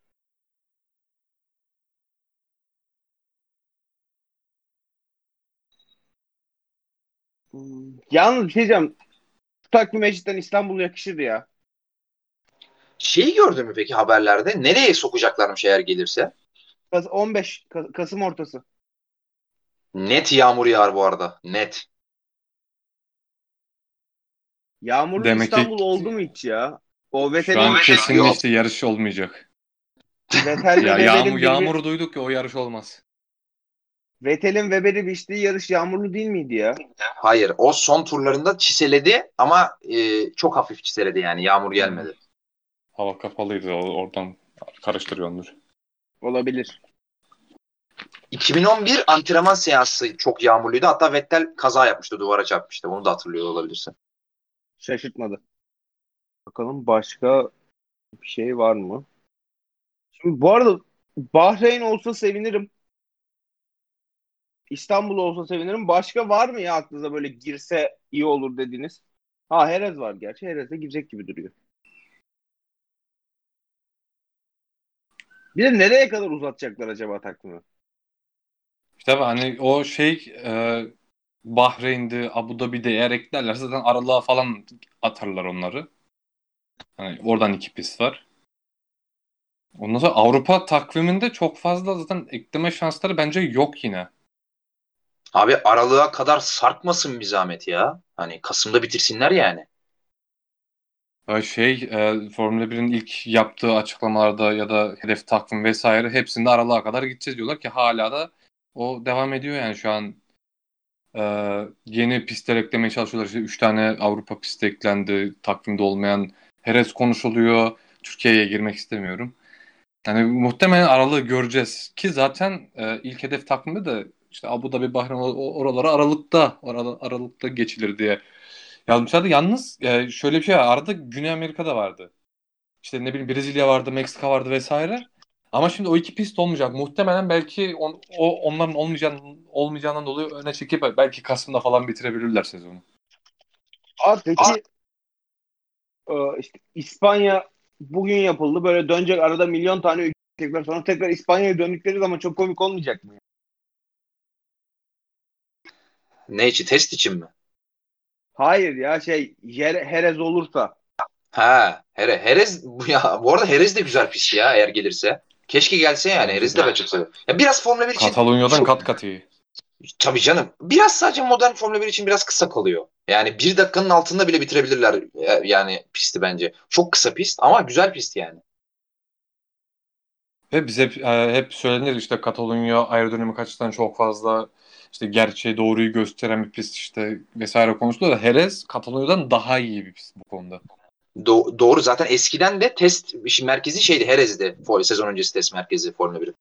Yalnız bir şey diyeceğim. Şu takvime cidden İstanbul yakışır ya. Şeyi gördün mü peki haberlerde? Nereye sokacaklarmış eğer gelirse? 15 Kasım ortası. Net yağmur yağar bu arada. Net. Yağmurlu Demek ki İstanbul oldu mu hiç ya? O şu an Vettel'in kesin işte yarış olmayacak. Vettel'le Ya Weber'in yağmuru duyduk ya, o yarış olmaz. Vettel'in Weber'i biçtiği yarış yağmurlu değil miydi ya? Hayır, o son turlarında çiseledi ama çok hafif çiseledi, yani yağmur Hmm. gelmedi. Hava kapalıydı, oradan karıştırıyordur. Olabilir. 2011 antrenman seansı çok yağmurluydu. Hatta Vettel kaza yapmıştı, duvara çarpmıştı. Onu da hatırlıyor olabilirsin. Şaşırtmadı. Bakalım başka bir şey var mı? Şimdi bu arada Bahreyn olsa sevinirim. İstanbul olsa sevinirim. Başka var mı ya aklınıza böyle girse iyi olur dediğiniz? Ha Jerez var gerçi. Jerez de girecek gibi duruyor. Bir de nereye kadar uzatacaklar acaba takvimi? İşte hani o Bahreyn'de, Abu Dhabi'de eğer eklerlerse zaten aralığa falan atarlar onları. Hani oradan 2 pist var. Ondan sonra Avrupa takviminde çok fazla zaten ekleme şansları bence yok yine. Abi aralığa kadar sarkmasın bir zahmet ya. Hani Kasım'da bitirsinler yani. Formula 1'in ilk yaptığı açıklamalarda ya da hedef takvim vesaire hepsinde aralığa kadar gideceğiz diyorlar ki hala da o devam ediyor yani şu an yeni pistler eklemeye çalışıyorlar. İşte 3 tane Avrupa pisti eklendi, takvimde olmayan. Jerez konuşuluyor. Türkiye'ye girmek istemiyorum. Yani muhtemelen aralığı göreceğiz ki zaten ilk hedef takvimde de işte Abu Dhabi, Bahreyn oralara aralıkta geçilir diye yazmışlardı. Yalnız şöyle bir şey var. Arada Güney Amerika'da vardı. İşte ne bileyim Brezilya vardı, Meksika vardı vesaire. Ama şimdi o 2 pist olmayacak. Muhtemelen belki onların olmayacağından dolayı öne çekip belki Kasım'da falan bitirebilirler sezonu. Abi peki işte İspanya bugün yapıldı. Böyle dönecek arada milyon tane ülke tekrar sonra tekrar İspanya'ya döndükleri zaman çok komik olmayacak mı? Ne için? Test için mi? Hayır ya Jerez olursa. Ha, Herez bu arada Herez de güzel pist ya eğer gelirse. Keşke gelse yani. Bence Herez'i de de. ben çok seviyorum. Ya biraz Formula 1 için Katalonya'dan çok, kat kat iyi. tabii canım. Biraz sadece modern Formula 1 için biraz kısa kalıyor. Yani 1 dakikanın altında bile bitirebilirler yani pisti bence. Çok kısa pist ama güzel pist yani. Ve biz hep söylenir işte Katalonya aerodinamik açıdan çok fazla işte gerçeği doğruyu gösteren bir pist işte vesaire konuşuluyor da Jerez Katalonya'dan daha iyi bir pist bu konuda. Doğru, zaten eskiden de test merkezi şeydi, Herez'di. Sezon öncesi test merkezi Formula 1'in.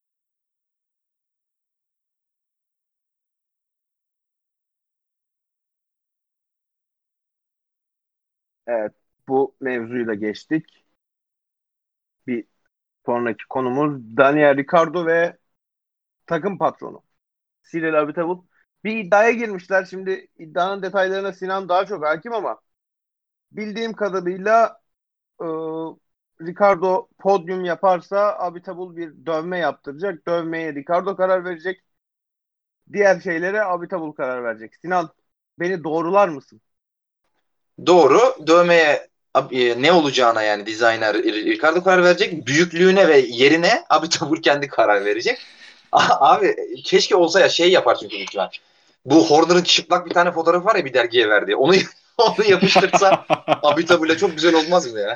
Evet, bu mevzuyu da geçtik. Bir sonraki konumuz Daniel Ricciardo ve takım patronu Cyril Abiteboul. Bir iddiaya girmişler. Şimdi iddianın detaylarına Sinan daha çok hakim ama bildiğim kadarıyla e, Ricardo podyum yaparsa Abiteboul bir dövme yaptıracak. Dövmeye Ricardo karar verecek. Diğer şeylere Abiteboul karar verecek. Sinan beni doğrular mısın? Doğru. Dövmeye ne olacağına yani designer Ricardo karar verecek. Büyüklüğüne ve yerine abi Tabur kendi karar verecek. Abi keşke olsa ya, şey yapar çünkü lütfen. Bu Horner'ın çıplak bir tane fotoğrafı var ya bir dergiye verdiği. Onu onu yapıştırsa abi Tabur'la çok güzel olmaz mı ya?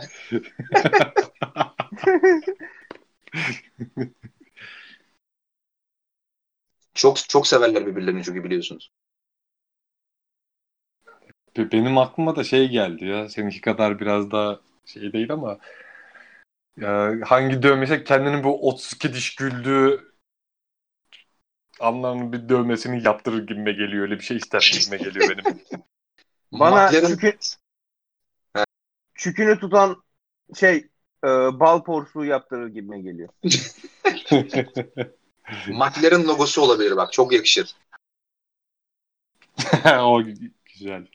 Çok çok severler birbirlerini çünkü biliyorsunuz. Benim aklıma da geldi ya. Seninki kadar biraz daha değil ama hangi dövmesi kendinin bu 32 diş güldüğü anlamlı bir dövmesini yaptırır gibime geliyor. Öyle bir şey ister gibime geliyor benim. Bana McLaren çükünü tutan şey bal porsuğu yaptırır gibime geliyor. McLaren logosu olabilir bak, çok yakışır. O güzel.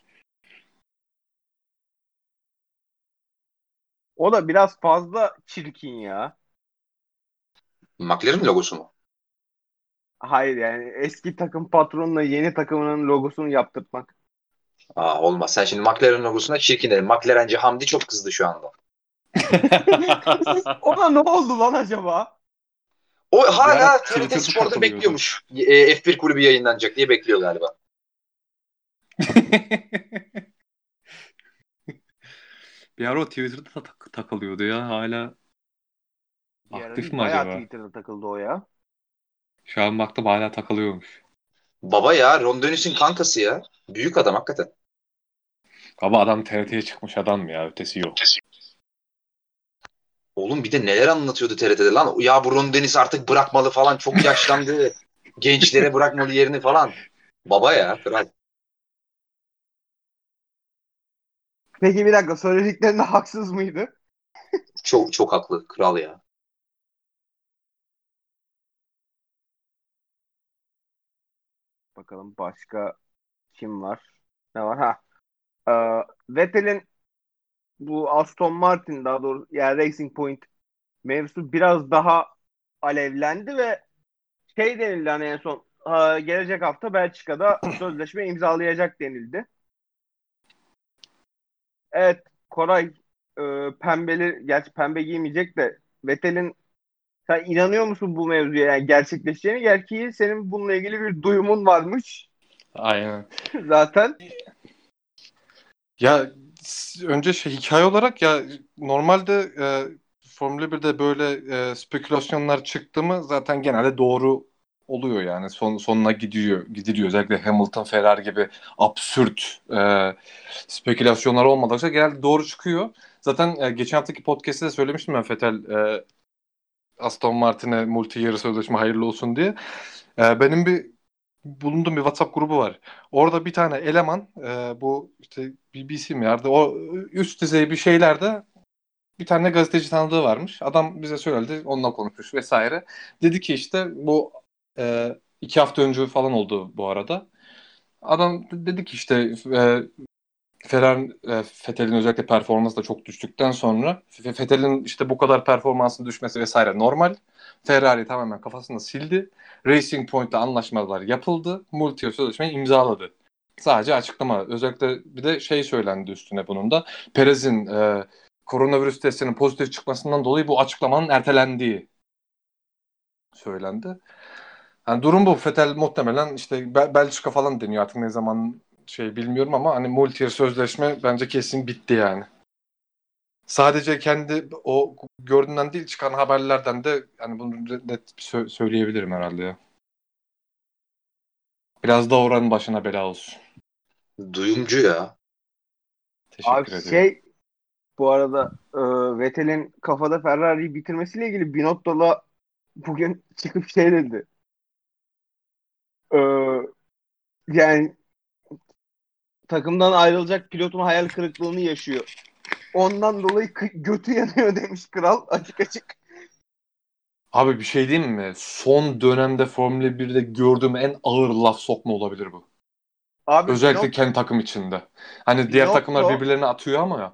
O da biraz fazla çirkin ya. McLaren logosu mu? Hayır yani eski takım patronuna yeni takımının logosunu yaptırtmak. Olmaz. Sen şimdi McLaren logosuna çirkin dedin. McLarenci Hamdi çok kızdı şu anda. Ona ne oldu lan acaba? O Bir ara hala TRT Twitter'da Spor'da takılıyordu. bekliyormuş. F1 kulübü yayınlanacak diye bekliyor galiba. Bir ara o Twitter'da da takılıyordu ya. Hala Bir ara aktif değil, mi bayağı acaba? Twitter'da takıldı o ya. Şu an baktım hala takılıyormuş. Baba ya, Ron Dennis'in kankası ya. Büyük adam hakikaten. Ama adam TRT'ye çıkmış adam ya. Ötesi yok. Oğlum bir de neler anlatıyordu TRT'de lan. Ya bu Ron Dennis artık bırakmalı falan. Çok yaşlandı. Gençlere bırakmalı yerini falan. Baba ya, kral. Peki bir dakika, söylediklerinde haksız mıydı? Çok çok haklı. Kral ya. Bakalım başka kim var? Ne var? Ha. Vettel'in bu Aston Martin, daha doğrusu yani Racing Point mevzusu biraz daha alevlendi ve şey denildi hani en son, gelecek hafta Belçika'da sözleşme imzalayacak denildi. Evet, Koray, pembeli, gerçi pembe giymeyecek de Vettel'in, sen inanıyor musun bu mevzuya, yani gerçekleşeceğini? Gerçi senin bununla ilgili bir duyumun varmış Aynen. zaten. Ya önce hikaye olarak ya normalde Formula 1'de böyle spekülasyonlar çıktı mı zaten genelde doğru oluyor yani sonuna gidiliyor. Özellikle Hamilton, Ferrari gibi absürt spekülasyonlar olmadıkça genelde doğru çıkıyor. Zaten geçen haftaki podcast'te de söylemiştim ben Vettel Aston Martin'e multi yarı sözleşme hayırlı olsun diye. Benim bulunduğum bir WhatsApp grubu var. Orada bir tane eleman bu işte BBC mi yerde o üst düzey bir şeylerde bir tane gazeteci tanıdığı varmış. Adam bize söyledi, onunla konuşmuş vesaire. Dedi ki işte bu 2 hafta önce falan oldu bu arada. Adam dedi ki işte Vettel'in özellikle performansı da çok düştükten sonra Vettel'in işte bu kadar performansın düşmesi vesaire normal. Ferrari tamamen kafasında sildi. Racing Point'le anlaşmalar yapıldı. Multi sözleşmeyi imzaladı. Sadece açıklama. Özellikle bir de şey söylendi üstüne bunun da. Perez'in koronavirüs testinin pozitif çıkmasından dolayı bu açıklamanın ertelendiği söylendi. Yani durum bu. Vettel muhtemelen işte Belçika falan deniyor artık ne zaman şey bilmiyorum ama hani multi sözleşme bence kesin bitti yani. Sadece kendi o gördüğünden değil çıkan haberlerden de yani bunu net söyleyebilirim herhalde ya. Biraz da oranın başına bela olsun. Duyumcu ya. Abi Teşekkür ediyorum. şey, bu arada Vettel'in kafada Ferrari'yi bitirmesiyle ilgili Binotto'la bugün çıkıp şey dedi. E, Yani takımdan ayrılacak pilotun hayal kırıklığını yaşıyor. Ondan dolayı götü yanıyor demiş kral, açık açık. Abi bir şey diyeyim mi? Son dönemde Formula 1'de gördüğüm en ağır laf sokma olabilir bu. Abi Özellikle kendi takım içinde. Hani diğer takımlar Binotto birbirlerine atıyor ama ya.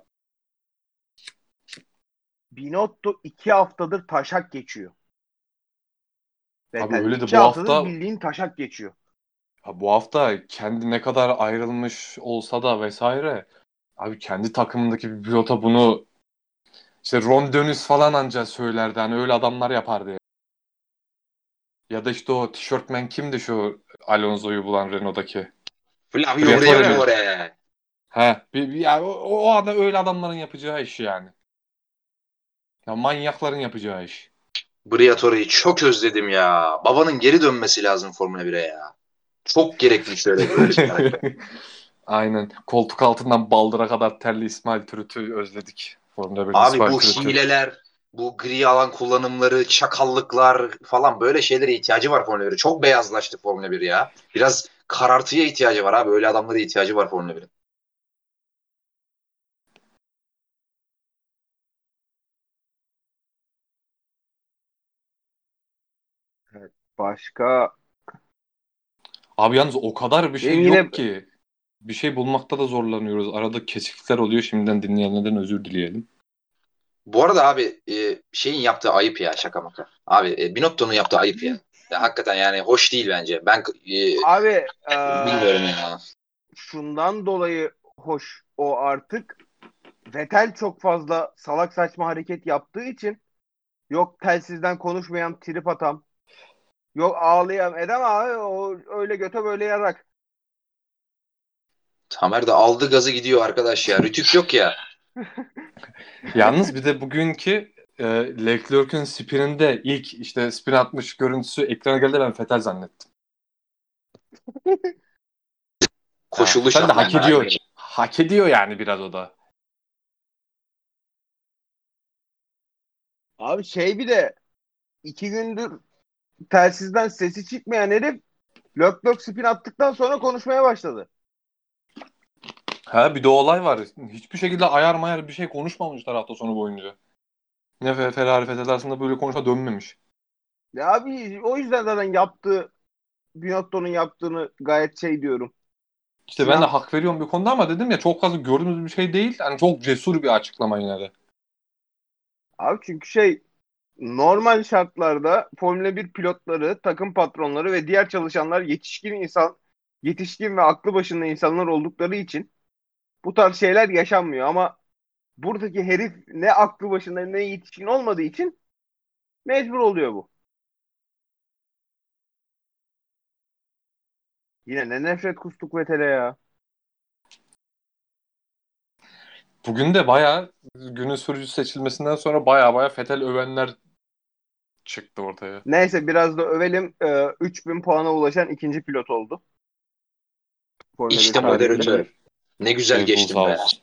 Binotto 2 haftadır taşak geçiyor. Abi Vettel öyle de 2 haftadır bildiğin taşak geçiyor. bu hafta kendi ne kadar ayrılmış olsa da vesaire abi kendi takımındaki bir pilota bunu işte Ron Dennis falan anca söylerdi. Hani öyle adamlar yapardı ya. Ya da işte o tişörtmen kimdi şu Alonso'yu bulan Renault'daki? Flavio Briatore miydi? Briatore. He, yani o anda öyle adamların yapacağı iş yani. Ya manyakların yapacağı iş. Briatore'yi çok özledim ya. Babanın geri dönmesi lazım Formula 1'e ya. Çok gerekli öyle bir karakter. Aynen. Koltuk altından baldıra kadar terli İsmail Türüt'ü özledik. Formula 1'in Abi İsmail bu Türüt'ü. hileler, bu gri alan kullanımları, çakallıklar falan böyle şeylere ihtiyacı var Formula 1'e. Çok beyazlaştı Formula 1 ya. Biraz karartıya ihtiyacı var abi. Öyle adamlara ihtiyacı var Formula 1'in. Evet. Başka Abi yalnız o kadar bir benim şey yine yok ki. Bir şey bulmakta da zorlanıyoruz. Arada kesiklikler oluyor. Şimdiden dinleyenlerden özür dileyelim. Bu arada abi şeyin yaptığı ayıp ya, şaka maka. Abi Binotto'nun yaptığı ayıp ya. Ya hakikaten yani hoş değil bence. Ben abi bilmiyorum ya. şundan dolayı hoş o artık. Vettel çok fazla salak saçma hareket yaptığı için, yok telsizden konuşmayan trip atam, yok ağlayan edem abi, o öyle göte böyle yarak. Tamer de aldı gazı gidiyor arkadaş ya. Rütük yok ya. Yalnız bir de bugünkü Leclerc'in spininde ilk işte spin atmış görüntüsü ekrana geldi, ben Vettel zannettim. Koşullu Vettel de hak şartlar ediyor. abi. Hak ediyor yani biraz o da. Abi bir de 2 gündür telsizden sesi çıkmayan herif lök lök spin attıktan sonra konuşmaya başladı. Ha, bir de olay var. Hiçbir şekilde ayar mayar bir şey konuşmamışlar hafta sonu boyunca. Ne Ferrari Vettel arasında böyle konuşma dönmemiş. Ya abi o yüzden zaten Binotto'nun yaptığını gayet diyorum. İşte ben de Sinan, hak veriyorum bir konuda ama dedim ya, çok fazla gördüğümüz bir şey değil. Yani çok cesur bir açıklama yine de. abi çünkü normal şartlarda Formula 1 pilotları, takım patronları ve diğer çalışanlar yetişkin ve aklı başında insanlar oldukları için bu tarz şeyler yaşanmıyor ama buradaki herif ne aklı başında ne yetişkin olmadığı için mecbur oluyor bu. Yine ne nefret kustuk Vettel'e ya. Bugün de bayağı günün sürücüsü seçilmesinden sonra bayağı Vettel övenler çıktı ortaya. Neyse biraz da övelim. 3000 puana ulaşan ikinci pilot oldu. Formula 1 İşte tarihinde. moderatör. Ne güzel Red Bull geçtim sağ be. olsun.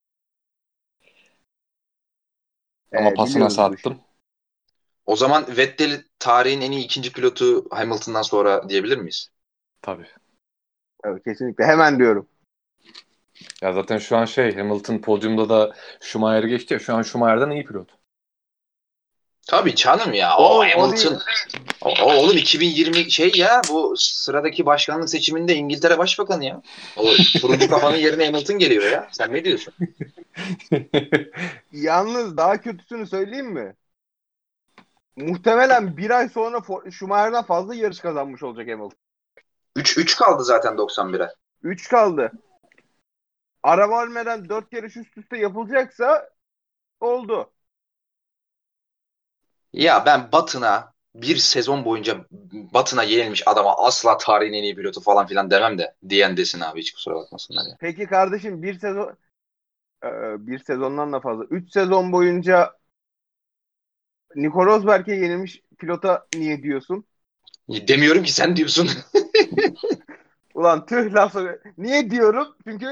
Ama pasına Biliyoruz bu işi. sattım. O zaman Vettel tarihin en iyi ikinci pilotu Hamilton'dan sonra diyebilir miyiz? Tabii. Evet, kesinlikle. Hemen diyorum. Ya zaten şu an Hamilton podyumda da Schumacher'i geçti ya. Şu an Schumacher'dan iyi pilot. Tabii canım ya. O O değil. Hamilton. Oğlum 2020 ya, bu sıradaki başkanlık seçiminde İngiltere Başbakanı ya. O turuncu kafanın yerine Hamilton geliyor ya. Sen ne diyorsun? Yalnız daha kötüsünü söyleyeyim mi? Muhtemelen bir ay sonra Schumacher'dan fazla yarış kazanmış olacak Hamilton. 3 kaldı zaten 91'e. 3 kaldı. Araba ölmeden 4 yarış üst üste yapılacaksa oldu. Ya ben bir sezon boyunca Batına yenilmiş adama asla tarihin en iyi pilotu falan filan demem de. Diyen desin abi, hiç kusura bakmasınlar ya. Peki kardeşim bir sezondan da fazla. 3 sezon boyunca Nico Rosberg'e yenilmiş pilota niye diyorsun? Demiyorum ki, sen diyorsun. Ulan tüh laf niye diyorum? Çünkü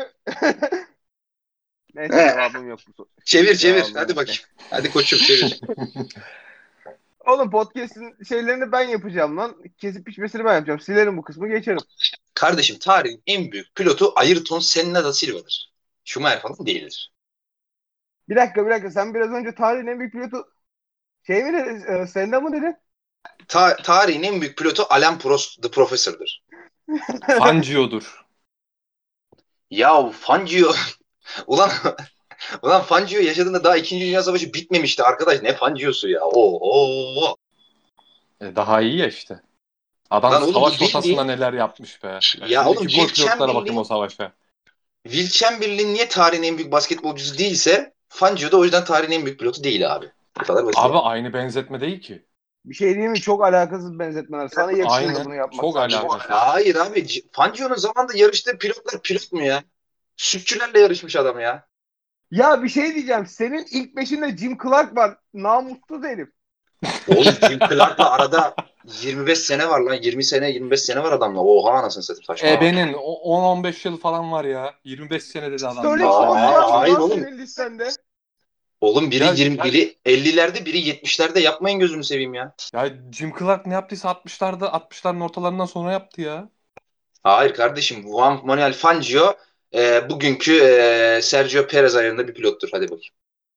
neyse cevabım yok bu. Çevir. Cevabım Hadi yok. bakayım. Hadi koçum, çevir. Oğlum podcast'in şeylerini ben yapacağım lan. Kesip biçmesini ben yapacağım. Silerim bu kısmı geçerim. Kardeşim, tarihin en büyük pilotu Ayrton Senna da Silva'dır. Schumacher falan değildir. Bir dakika. Sen biraz önce tarihin en büyük pilotu mi dedin? Senna mı dedin? Tarihin en büyük pilotu Alain Prost, The Professor'dır. Fangio'dur. Ya Fangio. Ulan ulan Fangio yaşadığında daha 2. Dünya Savaşı bitmemişti arkadaş. Ne Fangio'su ya? Oo. Daha iyi ya işte. Adam Lan oğlum, bu savaş bildiğin, rotasında neler yapmış be. Ya ya oğlum, şimdiki gol pilotlara bakayım o savaşa. Will Chamberlain niye tarihin en büyük basketbolcusu değilse, Fangio da o yüzden tarihin en büyük pilotu değil abi. Bu kadar basit. Abi aynı benzetme değil ki. Bir şey diyeyim mi? Çok alakasız benzetmeler. Sana yakışırdı bunu Aynen. yapmak Çok sadece. alakasız. Hayır abi. Fangio'nun zamanında yarıştığı pilotlar pilot mu ya? Sütçülerle yarışmış adam ya. Ya bir şey diyeceğim. Senin ilk beşinde Jim Clark var. Namussuz herif. Oğlum, Jim Clark'la arada 25 sene var lan. 20 sene 25 sene var adamla. Oha, anasını satayım, saçma. Ebe'nin 10-15 yıl falan var ya. 25 sene dedi adam. Sterling Aa, Moss var mı hayır lan oğlum. senin listende? Oğlum, biri Ya, 20, biri 50'lerde, biri 70'lerde, yapmayın gözünü seveyim ya. ya Jim Clark ne yaptıysa 60'ların ortalarından sonra yaptı ya. Hayır kardeşim, Juan Manuel Fangio bugünkü Sergio Perez ayarında bir pilottur. Hadi bakayım.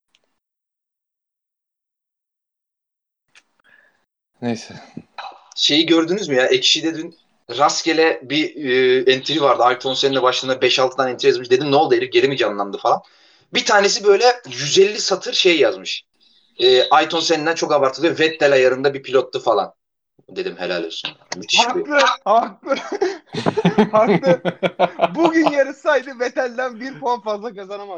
Neyse. Şeyi gördünüz mü ya? Ekşi'de dün rastgele bir entry vardı. Ayrton Senna'nın başlığında 5-6 tane entry yazmış. Dedim ne oldu, herif geri mi canlandı falan. Bir tanesi böyle 150 satır şey yazmış. Ayrton Senna çok abartılıyor. Vettel ayarında bir pilottu falan. Dedim helal olsun. Müthiş bir. Haklı. Haklı. Bugün yarışsaydı Vettel'den 1 puan fazla kazanamaz.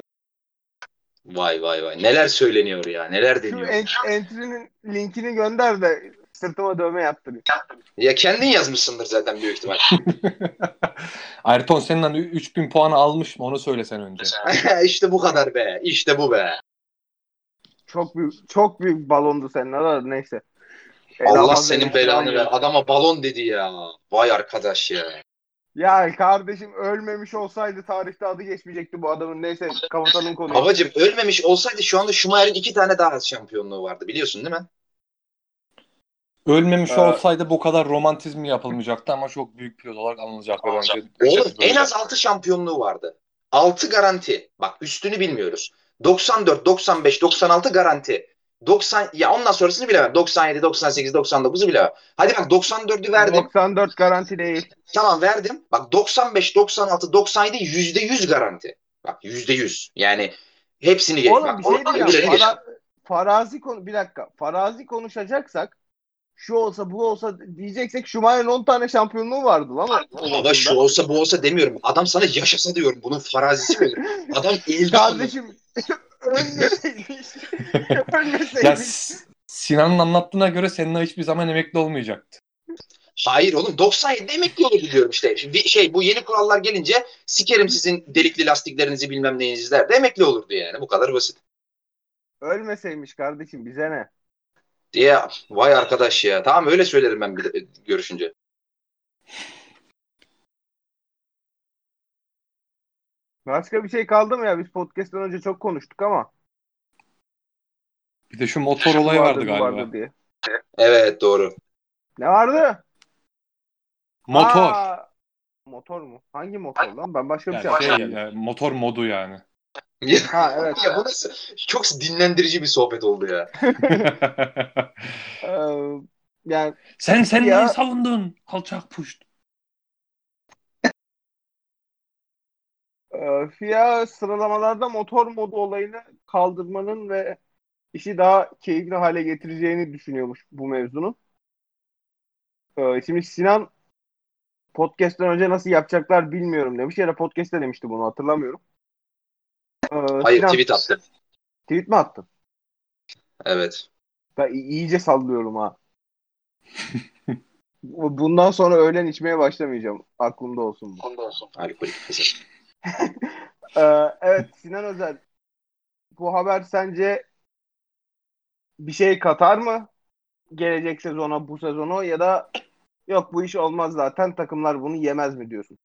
Vay. Neler söyleniyor ya. Neler Şu deniyor. entry'nin linkini gönder de sırtıma dövme yaptırıyor. Ya kendin yazmışsındır zaten büyük ihtimal. Ayrton Senna'nın 3000 puanı almış mı onu söylesen önce. İşte bu kadar be. İşte bu be. Çok büyük balondu senin da neyse. Daha Allah fazla senin eleştiri belanı almıyorum. ver. Adama balon dedi ya. Vay arkadaş ya. Ya kardeşim ölmemiş olsaydı tarihte adı geçmeyecekti bu adamın. Neyse kapatalım konuyu. Babacım ölmemiş olsaydı şu anda Schumacher'in 2 tane daha şampiyonluğu vardı. Biliyorsun değil mi? Ölmemiş Ee, olsaydı bu kadar romantizm yapılmayacaktı ama çok büyük pilot olarak anılacaktı bence. Oğlum Hepsi böyle. en az 6 şampiyonluğu vardı. 6 garanti. Bak üstünü bilmiyoruz. 94, 95, 96 garanti. 90 ya ondan sonrasını bilemem. 97, 98, 99'u bilemem. Hadi bak 94'ü verdim. 94 garanti değil. Tamam verdim. Bak 95, 96, 97 %100 garanti. Bak %100. Yani hepsini geç. Oğlum Bak, bir şey öbürlerini diyeceğim. geç. Farazi konu bir dakika. Farazi konuşacaksak şu olsa bu olsa diyeceksek Schumacher'in 10 tane şampiyonluğu vardı lan o Ama şu bakımda. olsa bu olsa demiyorum. Adam sana yaşasa diyorum. Bunun farazisi mi olur? Adam elde Kardeşim ölmeseymiş. Ya Ölmeseymiş. Sinan'ın anlattığına göre Senna hiçbir zaman emekli olmayacaktı. Hayır oğlum 97 emekli olurdu diyorum işte. Bu yeni kurallar gelince sikerim sizin delikli lastiklerinizi bilmem neyinizi der de emekli olurdu yani. Bu kadar basit. Ölmeseymiş kardeşim bize ne? Diye vay arkadaş ya. Tamam öyle söylerim ben bir de, görüşünce. Başka bir şey kaldı mı ya? Biz podcast'tan önce çok konuştuk ama. Bir de şu motor olayı vardı Bu galiba. diye. Evet doğru. Ne vardı? Motor. Motor mu? Hangi motor lan? Ben başka bir Yani şey yapacağım. motor modu yani. Ha evet. Ya bu nasıl? Çok dinlendirici bir sohbet oldu ya. Yani Sen Senna'yı ya savundun. Alçak puşt. FIA sıralamalarda motor modu olayını kaldırmanın ve işi daha keyifli hale getireceğini düşünüyormuş bu mevzunun. Şimdi Sinan podcast'ten önce nasıl yapacaklar bilmiyorum demiş. Ya da podcast'te demişti bunu hatırlamıyorum. Hayır Sinan, tweet attım. tweet mi attın? Evet. Ben iyice sallıyorum ha. Bundan sonra öğlen içmeye başlamayacağım. Aklımda olsun bu. Alkolik kızım. Evet Sinan Özel. Bu haber sence bir şey katar mı? Gelecek sezona, bu sezonu ya da yok bu iş olmaz zaten takımlar bunu yemez mi diyorsun?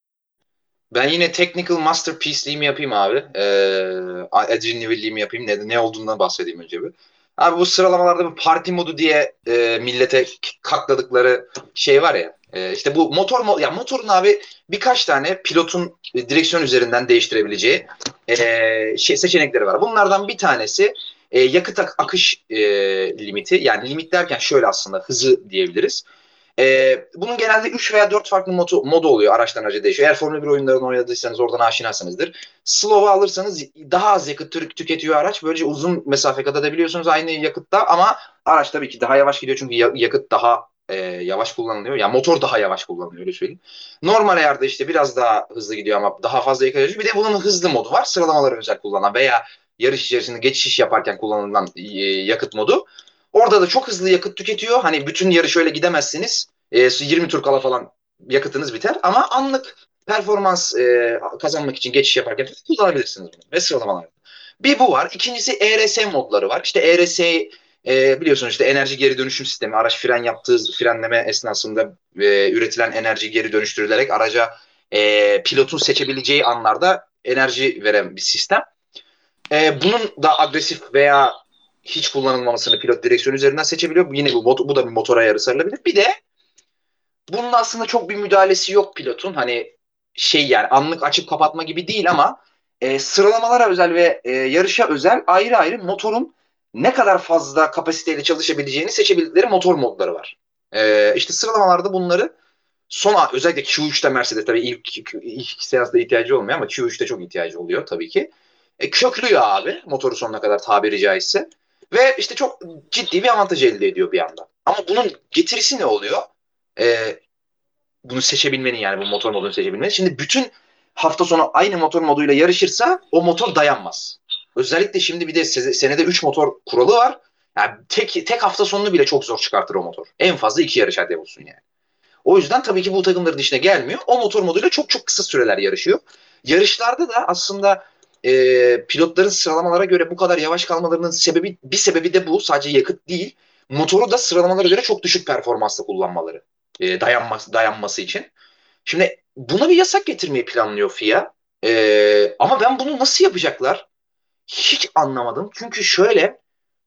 Ben yine technical masterpiece'liğimi yapayım abi. Adrian Newey'liğimi yapayım. Ne olduğundan bahsedeyim önce bir. Abi bu sıralamalarda bir parti modu diye millete kakladıkları şey var ya. İşte bu motorun abi birkaç tane pilotun direksiyon üzerinden değiştirebileceği seçenekleri var. Bunlardan bir tanesi yakıt akış limiti. Yani limit derken şöyle aslında hızı diyebiliriz. Bunun genelde 3 veya 4 farklı modu oluyor. Araçtan araca değişiyor. Eğer Formula 1 oyunlarını oynadıysanız oradan aşinasınızdır. Slow'u alırsanız daha az yakıt tüketiyor araç. Böylece uzun mesafe kat edebiliyorsunuz aynı yakıtta ama araç tabii ki daha yavaş gidiyor çünkü yakıt daha yavaş kullanılıyor. Yani motor daha yavaş kullanılıyor öyle söyleyeyim. Normal ayarda işte biraz daha hızlı gidiyor ama daha fazla yakıt harcıyor. Bir de bunun hızlı modu var. Sıralamaları özel kullanan veya yarış içerisinde geçiş yaparken kullanılan yakıt modu. Orada da çok hızlı yakıt tüketiyor. Hani bütün yarış öyle gidemezsiniz. 20 tur kala falan yakıtınız biter. Ama anlık performans kazanmak için geçiş yaparken kullanabilirsiniz bunu. Ve sıralamalarda. Bir bu var. İkincisi ERS modları var. İşte ERS biliyorsunuz işte enerji geri dönüşüm sistemi. Araç frenleme esnasında üretilen enerji geri dönüştürülerek araca pilotun seçebileceği anlarda enerji veren bir sistem. Bunun da agresif veya hiç kullanılmamasını pilot direksiyon üzerinden seçebiliyor. Yine bu da bir motor ayarı sarılabilir. Bir de bunun aslında çok bir müdahalesi yok pilotun. Hani yani anlık açıp kapatma gibi değil ama sıralamalara özel ve yarışa özel ayrı ayrı motorun ne kadar fazla kapasiteyle çalışabileceğini seçebildikleri motor modları var. İşte sıralamalarda bunları özellikle Q3'te Mercedes tabii ilk seansta ihtiyacı olmuyor ama Q3'te çok ihtiyacı oluyor tabii ki. Köklüyor abi motoru sonuna kadar tabiri caizse. Ve işte çok ciddi bir avantaj elde ediyor bir yandan. Ama bunun getirisi ne oluyor? Bunu seçebilmenin yani bu motor modunu seçebilmenin. Şimdi bütün hafta sonu aynı motor moduyla yarışırsa o motor dayanmaz. Özellikle şimdi bir de senede 3 motor kuralı var. Yani tek hafta sonunu bile çok zor çıkartır o motor. En fazla 2 yarış hadi olsun yani. O yüzden tabii ki bu takımların işine gelmiyor. O motor moduyla çok çok kısa süreler yarışıyor. Yarışlarda da aslında pilotların sıralamalara göre bu kadar yavaş kalmalarının bir sebebi de bu. Sadece yakıt değil. Motoru da sıralamalara göre çok düşük performansla kullanmaları. Dayanması için. Şimdi buna bir yasak getirmeyi planlıyor FIA. Ama ben bunu nasıl yapacaklar? Hiç anlamadım. Çünkü şöyle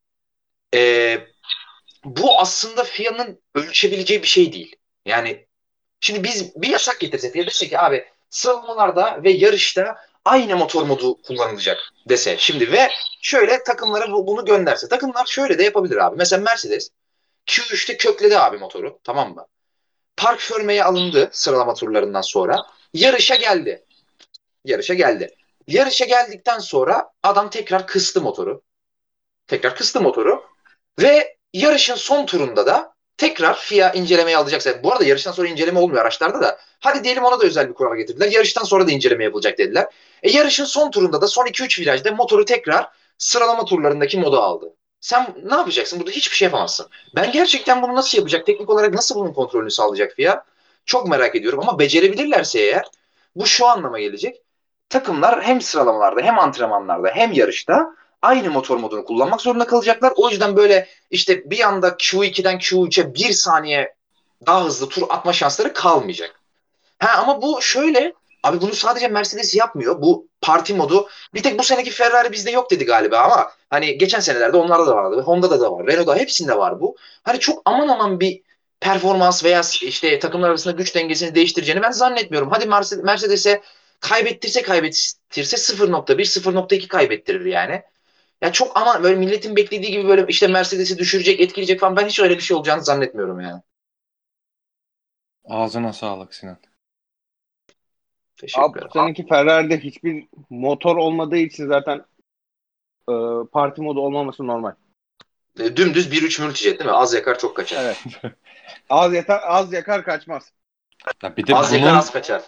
e, bu aslında FIA'nın ölçebileceği bir şey değil. Yani şimdi biz bir yasak getirsek ya dese ki abi sıralamalarda ve yarışta aynı motor modu kullanılacak dese şimdi ve şöyle takımlara bunu gönderse. Takımlar şöyle de yapabilir abi. Mesela Mercedes Q3'te kökledi abi motoru, tamam mı? Park förmeye alındı sıralama turlarından sonra. Yarışa geldi. Yarışa geldi. Yarışa geldikten sonra adam tekrar kıstı motoru. Tekrar kıstı motoru. Ve yarışın son turunda da tekrar FIA incelemeye alacaksa. Bu arada yarıştan sonra inceleme olmuyor araçlarda da. Hadi diyelim ona da özel bir kural getirdiler. Yarıştan sonra da inceleme yapılacak dediler. Yarışın son turunda da son 2-3 virajda motoru tekrar sıralama turlarındaki moda aldı. Sen ne yapacaksın? Burada hiçbir şey yapamazsın. Ben gerçekten bunu nasıl yapacak? Teknik olarak nasıl bunun kontrolünü sağlayacak FIA? Çok merak ediyorum ama becerebilirlerse eğer bu şu anlama gelecek. Takımlar hem sıralamalarda hem antrenmanlarda hem yarışta aynı motor modunu kullanmak zorunda kalacaklar. O yüzden böyle işte bir anda Q2'den Q3'e 1 saniye daha hızlı tur atma şansları kalmayacak. Ama bu şöyle, abi bunu sadece Mercedes yapmıyor. Bu parti modu bir tek bu seneki Ferrari bizde yok dedi galiba ama hani geçen senelerde onlarda da vardı. Honda'da da var. Renault'da hepsinde var bu. Hani çok aman aman bir performans veya işte takımlar arasında güç dengesini değiştireceğini ben zannetmiyorum. Hadi Mercedes'e kaybettirse 0.1 0.2 kaybettirir yani. Ya çok ama böyle milletin beklediği gibi böyle işte Mercedes'i düşürecek, etkileyecek falan ben hiç öyle bir şey olacağını zannetmiyorum yani. Ağzına sağlık Sinan. Abi Teşekkür bu ederim. seneki Ferrari'de hiçbir motor olmadığı için zaten e, parti modu olmaması normal. Dümdüz 1.3 multijet değil mi? Az yakar çok kaçar. Evet. Az yeter, az yakar kaçmaz. Ya bir de Az yakar bunun az kaçar.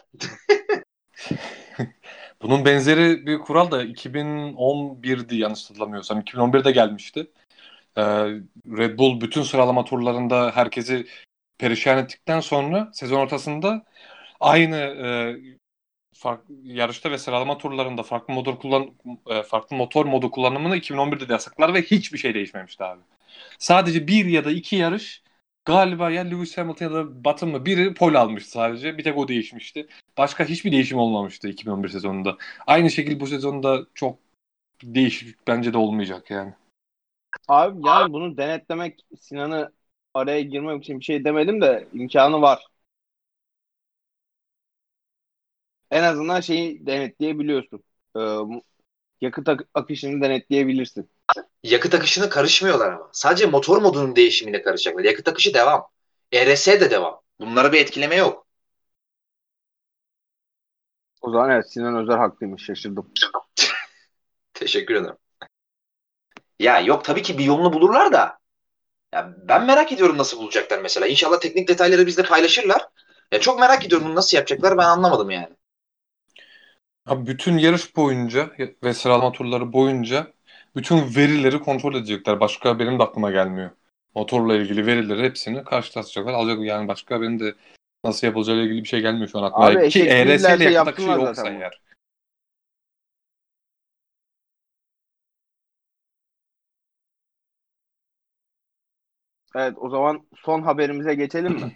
bunun benzeri bir kural da 2011'di yanlış hatırlamıyorsam. 2011'de gelmişti. Ee, Red Bull bütün sıralama turlarında herkesi perişan ettikten sonra sezon ortasında aynı yarışta ve sıralama turlarında farklı motor modu kullanımını 2011'de de yasaklar ve hiçbir şey değişmemişti abi. Sadece bir ya da iki yarış galiba ya Lewis Hamilton ya da Button mı biri pole almıştı sadece. Bir tek o değişmişti. Başka hiçbir değişim olmamıştı 2011 sezonunda. Aynı şekilde bu sezonda çok değişik bence de olmayacak yani. Abi yani bunu denetlemek, Sinan'ı araya girmek için bir şey demedim de imkanı var. En azından şeyi denetleyebiliyorsun. Ee, yakıt akışını denetleyebilirsin. Yakıt akışına karışmıyorlar ama. Sadece motor modunun değişimine karışacaklar. Yakıt akışı devam. ERS de devam. Bunlara bir etkileme yok. O zaman evet, Sinan Özer haklıymış, şaşırdım. Teşekkür ederim. Ya yok tabii ki bir yolunu bulurlar da. Ya ben merak ediyorum nasıl bulacaklar mesela. İnşallah teknik detayları bizle paylaşırlar. Ya çok merak ediyorum bunu nasıl yapacaklar ben anlamadım yani. Abi bütün yarış boyunca ve sıralama turları boyunca bütün verileri kontrol edecekler. Başka benim de aklıma gelmiyor. Motorla ilgili verileri hepsini karşılaştıracaklar. Alacak yani başka benim de nasıl yapılacağıyla ilgili bir şey gelmiyor şu an Abi aklıma. Ki eşek ERS ile değillerse yakıt akışı yapsınlar yoksa zaten bunu. eğer. Evet, o zaman son haberimize geçelim mi?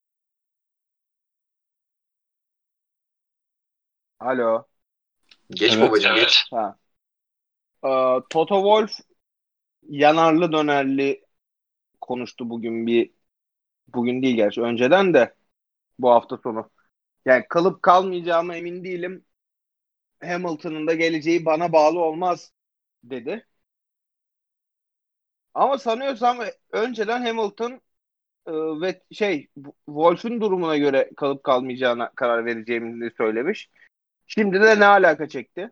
Alo. Geç Evet. babacığım geç. Ha. Toto Wolff yanarlı dönerli konuştu bugün değil gerçi, önceden de bu hafta sonu. Yani kalıp kalmayacağıma emin değilim. Hamilton'ın da geleceği bana bağlı olmaz dedi. Ama sanıyorsam önceden Hamilton ve Wolff'un durumuna göre kalıp kalmayacağına karar vereceğini söylemiş. Şimdi de ne alaka çekti?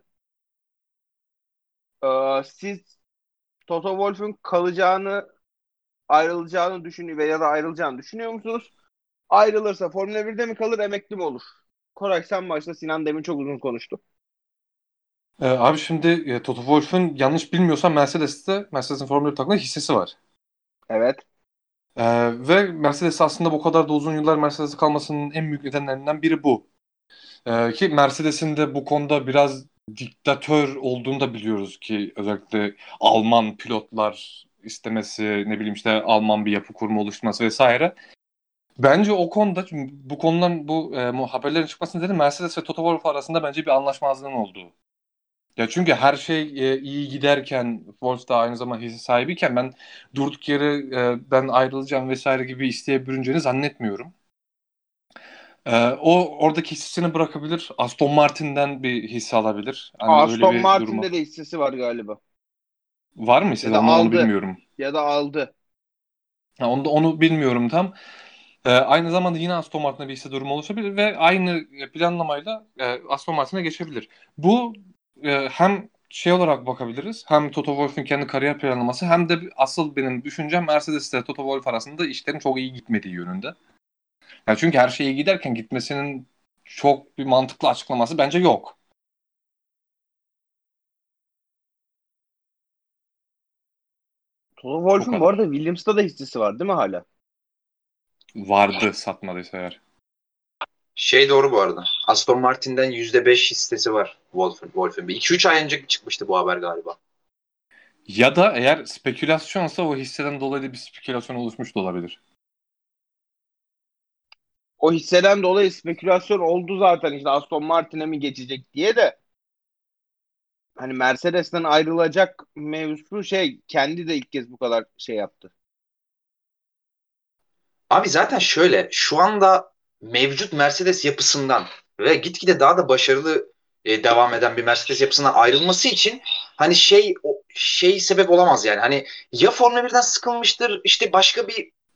Siz Toto Wolff'un ayrılacağını düşünüyor veya da ayrılacağını düşünüyor musunuz? Ayrılırsa Formula 1'de mi kalır, emekli mi olur? Koray sen başla. Sinan demin çok uzun konuştu. Abi şimdi Toto Wolff'un yanlış bilmiyorsam Mercedes'in Formula 1 takımında hissesi var. Evet. Ve Mercedes aslında bu kadar da uzun yıllar Mercedes'e kalmasının en büyük nedenlerinden biri bu. Ki Mercedes'in de bu konuda biraz diktatör olduğunu da biliyoruz ki özellikle Alman pilotlar istemesi, ne bileyim işte Alman bir yapı kurumu oluşturması vesaire. Bence o konuda bu konudan bu haberlerin çıkmasının nedeni Mercedes ve Toto Wolff arasında bence bir anlaşmazlığın olduğu. Ya çünkü her şey iyi giderken Wolff da aynı zamanda hisse sahibiyken ben durduk yere ben ayrılacağım vesaire gibi isteğe bürüneceğini zannetmiyorum. O oradaki hissesini bırakabilir. Aston Martin'den bir hisse alabilir. Hani öyle Aston bir durumu Martin'de de hissesi var galiba. var mı Ya hissesi? da Onu aldı. bilmiyorum. Ya da aldı. Ha, onu bilmiyorum tam. Aynı zamanda yine Aston Martin'de bir hisse durumu oluşabilir ve aynı planlamayla Aston Martin'e geçebilir. Bu hem şey olarak bakabiliriz. Hem Toto Wolff'un kendi kariyer planlaması hem de asıl benim düşüncem Mercedes ile Toto Wolff arasında işlerin çok iyi gitmediği yönünde. Ya çünkü her şey iyi giderken gitmesinin çok bir mantıklı açıklaması bence yok. Toto O Wolff'un bu arada kadar. Williams'ta da hissesi var değil mi hala? Vardı satmadıysa eğer. Şey doğru bu arada. Aston Martin'den %5 hissesi var Wolff'un. 2-3 ay önce çıkmıştı bu haber galiba. Ya da eğer spekülasyonsa o hisseden dolayı da bir spekülasyon oluşmuş da olabilir. O hisseden dolayı spekülasyon oldu zaten, işte Aston Martin'e mi geçecek diye de, hani Mercedes'ten ayrılacak mevzusu şey, kendi de ilk kez bu kadar şey yaptı. Abi zaten şöyle şu anda mevcut Mercedes yapısından ve gitgide daha da başarılı devam eden bir Mercedes yapısından ayrılması için hani şey sebep olamaz yani. Hani ya Formula 1'den sıkılmıştır, işte başka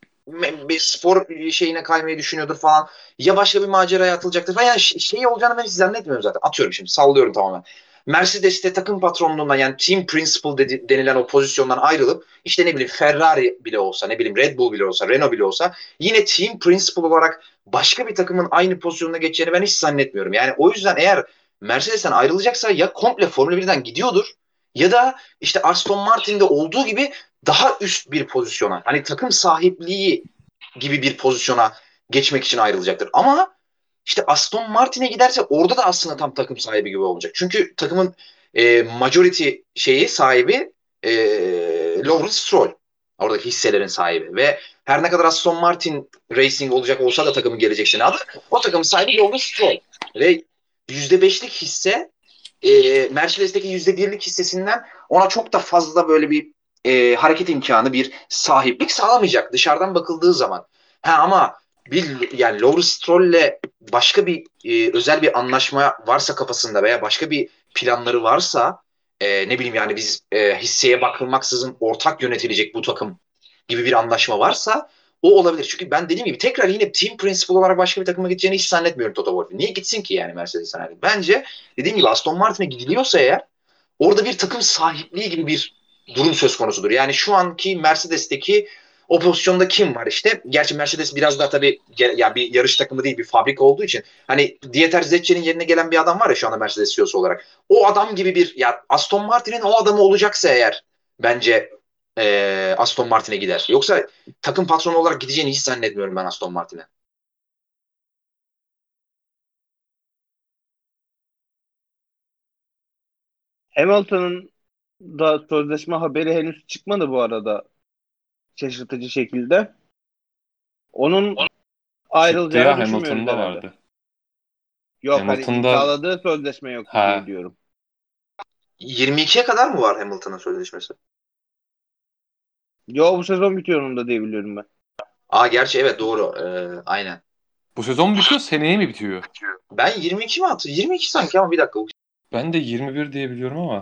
bir spor şeyine kaymayı düşünüyordur falan. Ya başka bir maceraya atılacaktır falan. Yani şey olacağını ben hiç zannetmiyorum zaten. Atıyorum şimdi, sallıyorum tamamen. Mercedes'te takım patronluğundan, yani team principal denilen o pozisyondan ayrılıp işte ne bileyim Ferrari bile olsa, ne bileyim Red Bull bile olsa, Renault bile olsa yine team principal olarak başka bir takımın aynı pozisyonuna geçeceğini ben hiç zannetmiyorum. Yani o yüzden eğer Mercedes'ten ayrılacaksa ya komple Formula 1'den gidiyordur ya da işte Aston Martin'de olduğu gibi daha üst bir pozisyona, hani takım sahipliği gibi bir pozisyona geçmek için ayrılacaktır. Ama işte Aston Martin'e giderse orada da aslında tam takım sahibi gibi olacak. Çünkü takımın majority sahibi Lawrence Stroll. Oradaki hisselerin sahibi. Ve her ne kadar Aston Martin Racing olacak olsa da takımın gelecek sene adı, o takımın sahibi Lawrence Stroll. Ve %5'lik hisse Mercedes'teki %1'lik hissesinden ona çok da fazla böyle bir hareket imkanı, bir sahiplik sağlamayacak dışarıdan bakıldığı zaman. Ha, ama yani Lawrence Stroll'le başka bir özel bir anlaşma varsa kafasında veya başka bir planları varsa, ne bileyim yani biz hisseye bakılmaksızın ortak yönetilecek bu takım gibi bir anlaşma varsa o olabilir. Çünkü ben dediğim gibi tekrar yine team principal olarak başka bir takıma gideceğini hiç zannetmiyorum Toto Wolff'un. Niye gitsin ki yani Mercedes'ten ayrı? Bence dediğim gibi Aston Martin'e gidiliyorsa eğer orada bir takım sahipliği gibi bir durum söz konusudur. Yani şu anki Mercedes'teki o pozisyonda kim var işte? Gerçi Mercedes biraz daha tabii yani bir yarış takımı değil, bir fabrika olduğu için hani Dieter Zetscher'in yerine gelen bir adam var ya şu anda Mercedes CEO'su olarak. O adam gibi bir, ya Aston Martin'in o adamı olacaksa eğer bence Aston Martin'e gider. Yoksa takım patronu olarak gideceğini hiç zannetmiyorum ben Aston Martin'e. Hamilton'ın da sözleşme haberi henüz çıkmadı bu arada, şaşırtıcı şekilde. Onun Çıktı ayrılacağını ya, düşünmüyoruz Hamilton'da herhalde. vardı. Yok, hani Hamilton'da imzaladığı sözleşme yoktu diye ha diyorum. 22'ye kadar mı var Hamilton'ın sözleşmesi? Yo, bu sezon bitiyor onun da diye biliyorum ben. Aa, gerçi evet, doğru. Aynen. bu sezon mu bitiyor, seneye mi bitiyor? Ben 22 mi attı? 22 sanki, ama bir dakika. Ben de 21 diye biliyorum ama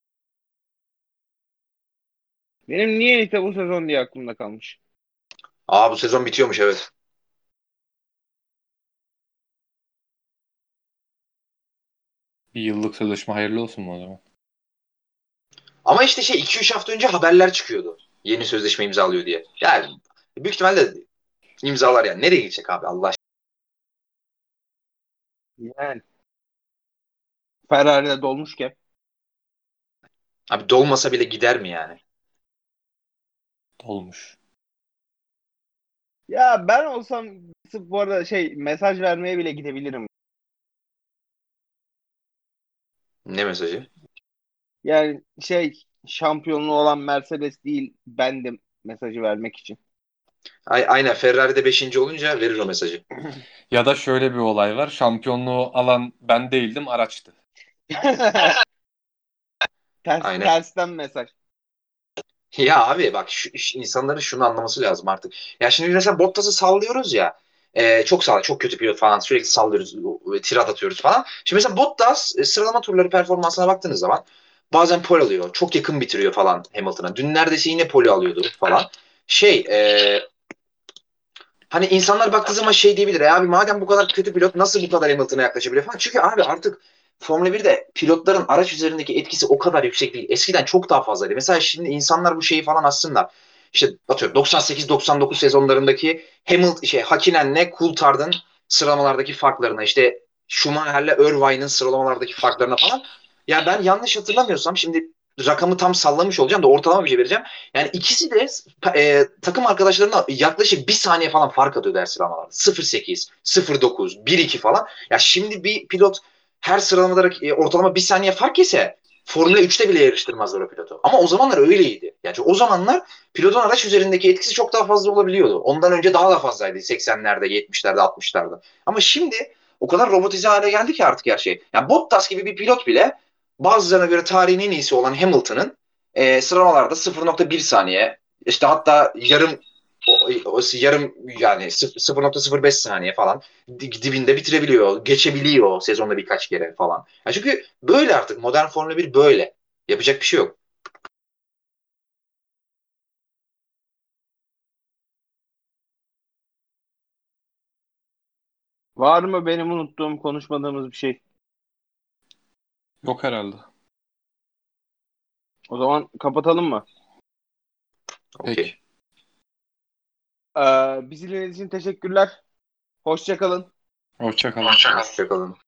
Benim niyeyse bu sezon diye aklımda kalmış. Aa, bu sezon bitiyormuş, evet. bir yıllık sözleşme hayırlı olsun mu o zaman? Ama işte 2-3 hafta önce haberler çıkıyordu. Yeni sözleşme imzalıyor diye. Yani büyük ihtimalle imzalar yani. Nereye gidecek abi Allah aşkına? Yani Ferrari'de dolmuşken. Abi dolmasa bile gider mi yani? Olmuş. Ya ben olsam sırf bu arada mesaj vermeye bile gidebilirim. Ne mesajı? Yani şampiyonluğu olan Mercedes değil bendim mesajı vermek için. Aynen, Ferrari'de 5. olunca verir o mesajı. Ya da şöyle bir olay var. Şampiyonluğu alan ben değildim, araçtı. Aynen. Tersten mesaj. Ya abi bak, insanların şunu anlaması lazım artık. Ya şimdi mesela Bottas'ı sallıyoruz ya. Çok kötü pilot falan, sürekli sallıyoruz, tirat atıyoruz falan. Şimdi mesela Bottas sıralama turları performansına baktığınız zaman bazen pole alıyor. Çok yakın bitiriyor falan Hamilton'a. Dün neredeyse yine pole alıyordu falan. Şey e, Hani insanlar baktığı zaman şey diyebilir. Abi madem bu kadar kötü pilot nasıl bu kadar Hamilton'a yaklaşabiliyor falan. Çünkü abi artık Formula 1'de pilotların araç üzerindeki etkisi o kadar yüksek değil. Eskiden çok daha fazlaydı. Mesela şimdi insanlar bu şeyi falan aslında işte atıyorum 98-99 sezonlarındaki Hakinen'le Coulthard'ın sıralamalardaki farklarına, işte Schumacher'le Irvine'ın sıralamalardaki farklarına falan. Ya ben yanlış hatırlamıyorsam, şimdi rakamı tam sallamış olacağım da ortalama bir şey vereceğim. Yani ikisi de takım arkadaşlarına yaklaşık bir saniye falan fark atıyor der sıralamalarda. 0.8, 0.9, 1.2 falan. Ya şimdi bir pilot her sıralamada ortalama bir saniye fark ise Formula 3'te bile yarıştırmazlar o pilotu. Ama o zamanlar öyleydi. Yani o zamanlar pilotun araç üzerindeki etkisi çok daha fazla olabiliyordu. Ondan önce daha da fazlaydı. 80'lerde, 70'lerde, 60'larda. Ama şimdi o kadar robotize hale geldi ki artık her şey. Yani Bottas gibi bir pilot bile bazılarına göre tarihin en iyisi olan Hamilton'ın sıralamalarda 0.1 saniye, işte hatta yarım yani 0.05 saniye falan dibinde bitirebiliyor, geçebiliyor sezonda birkaç kere falan. Ya çünkü böyle artık modern Formula 1 böyle. Yapacak bir şey yok. Var mı benim unuttuğum, konuşmadığımız bir şey? Yok herhalde. O zaman kapatalım mı? Okey. Peki. Bizi dinlediğiniz için teşekkürler. Hoşça kalın. Hoşça kalın. Hoşçakalın.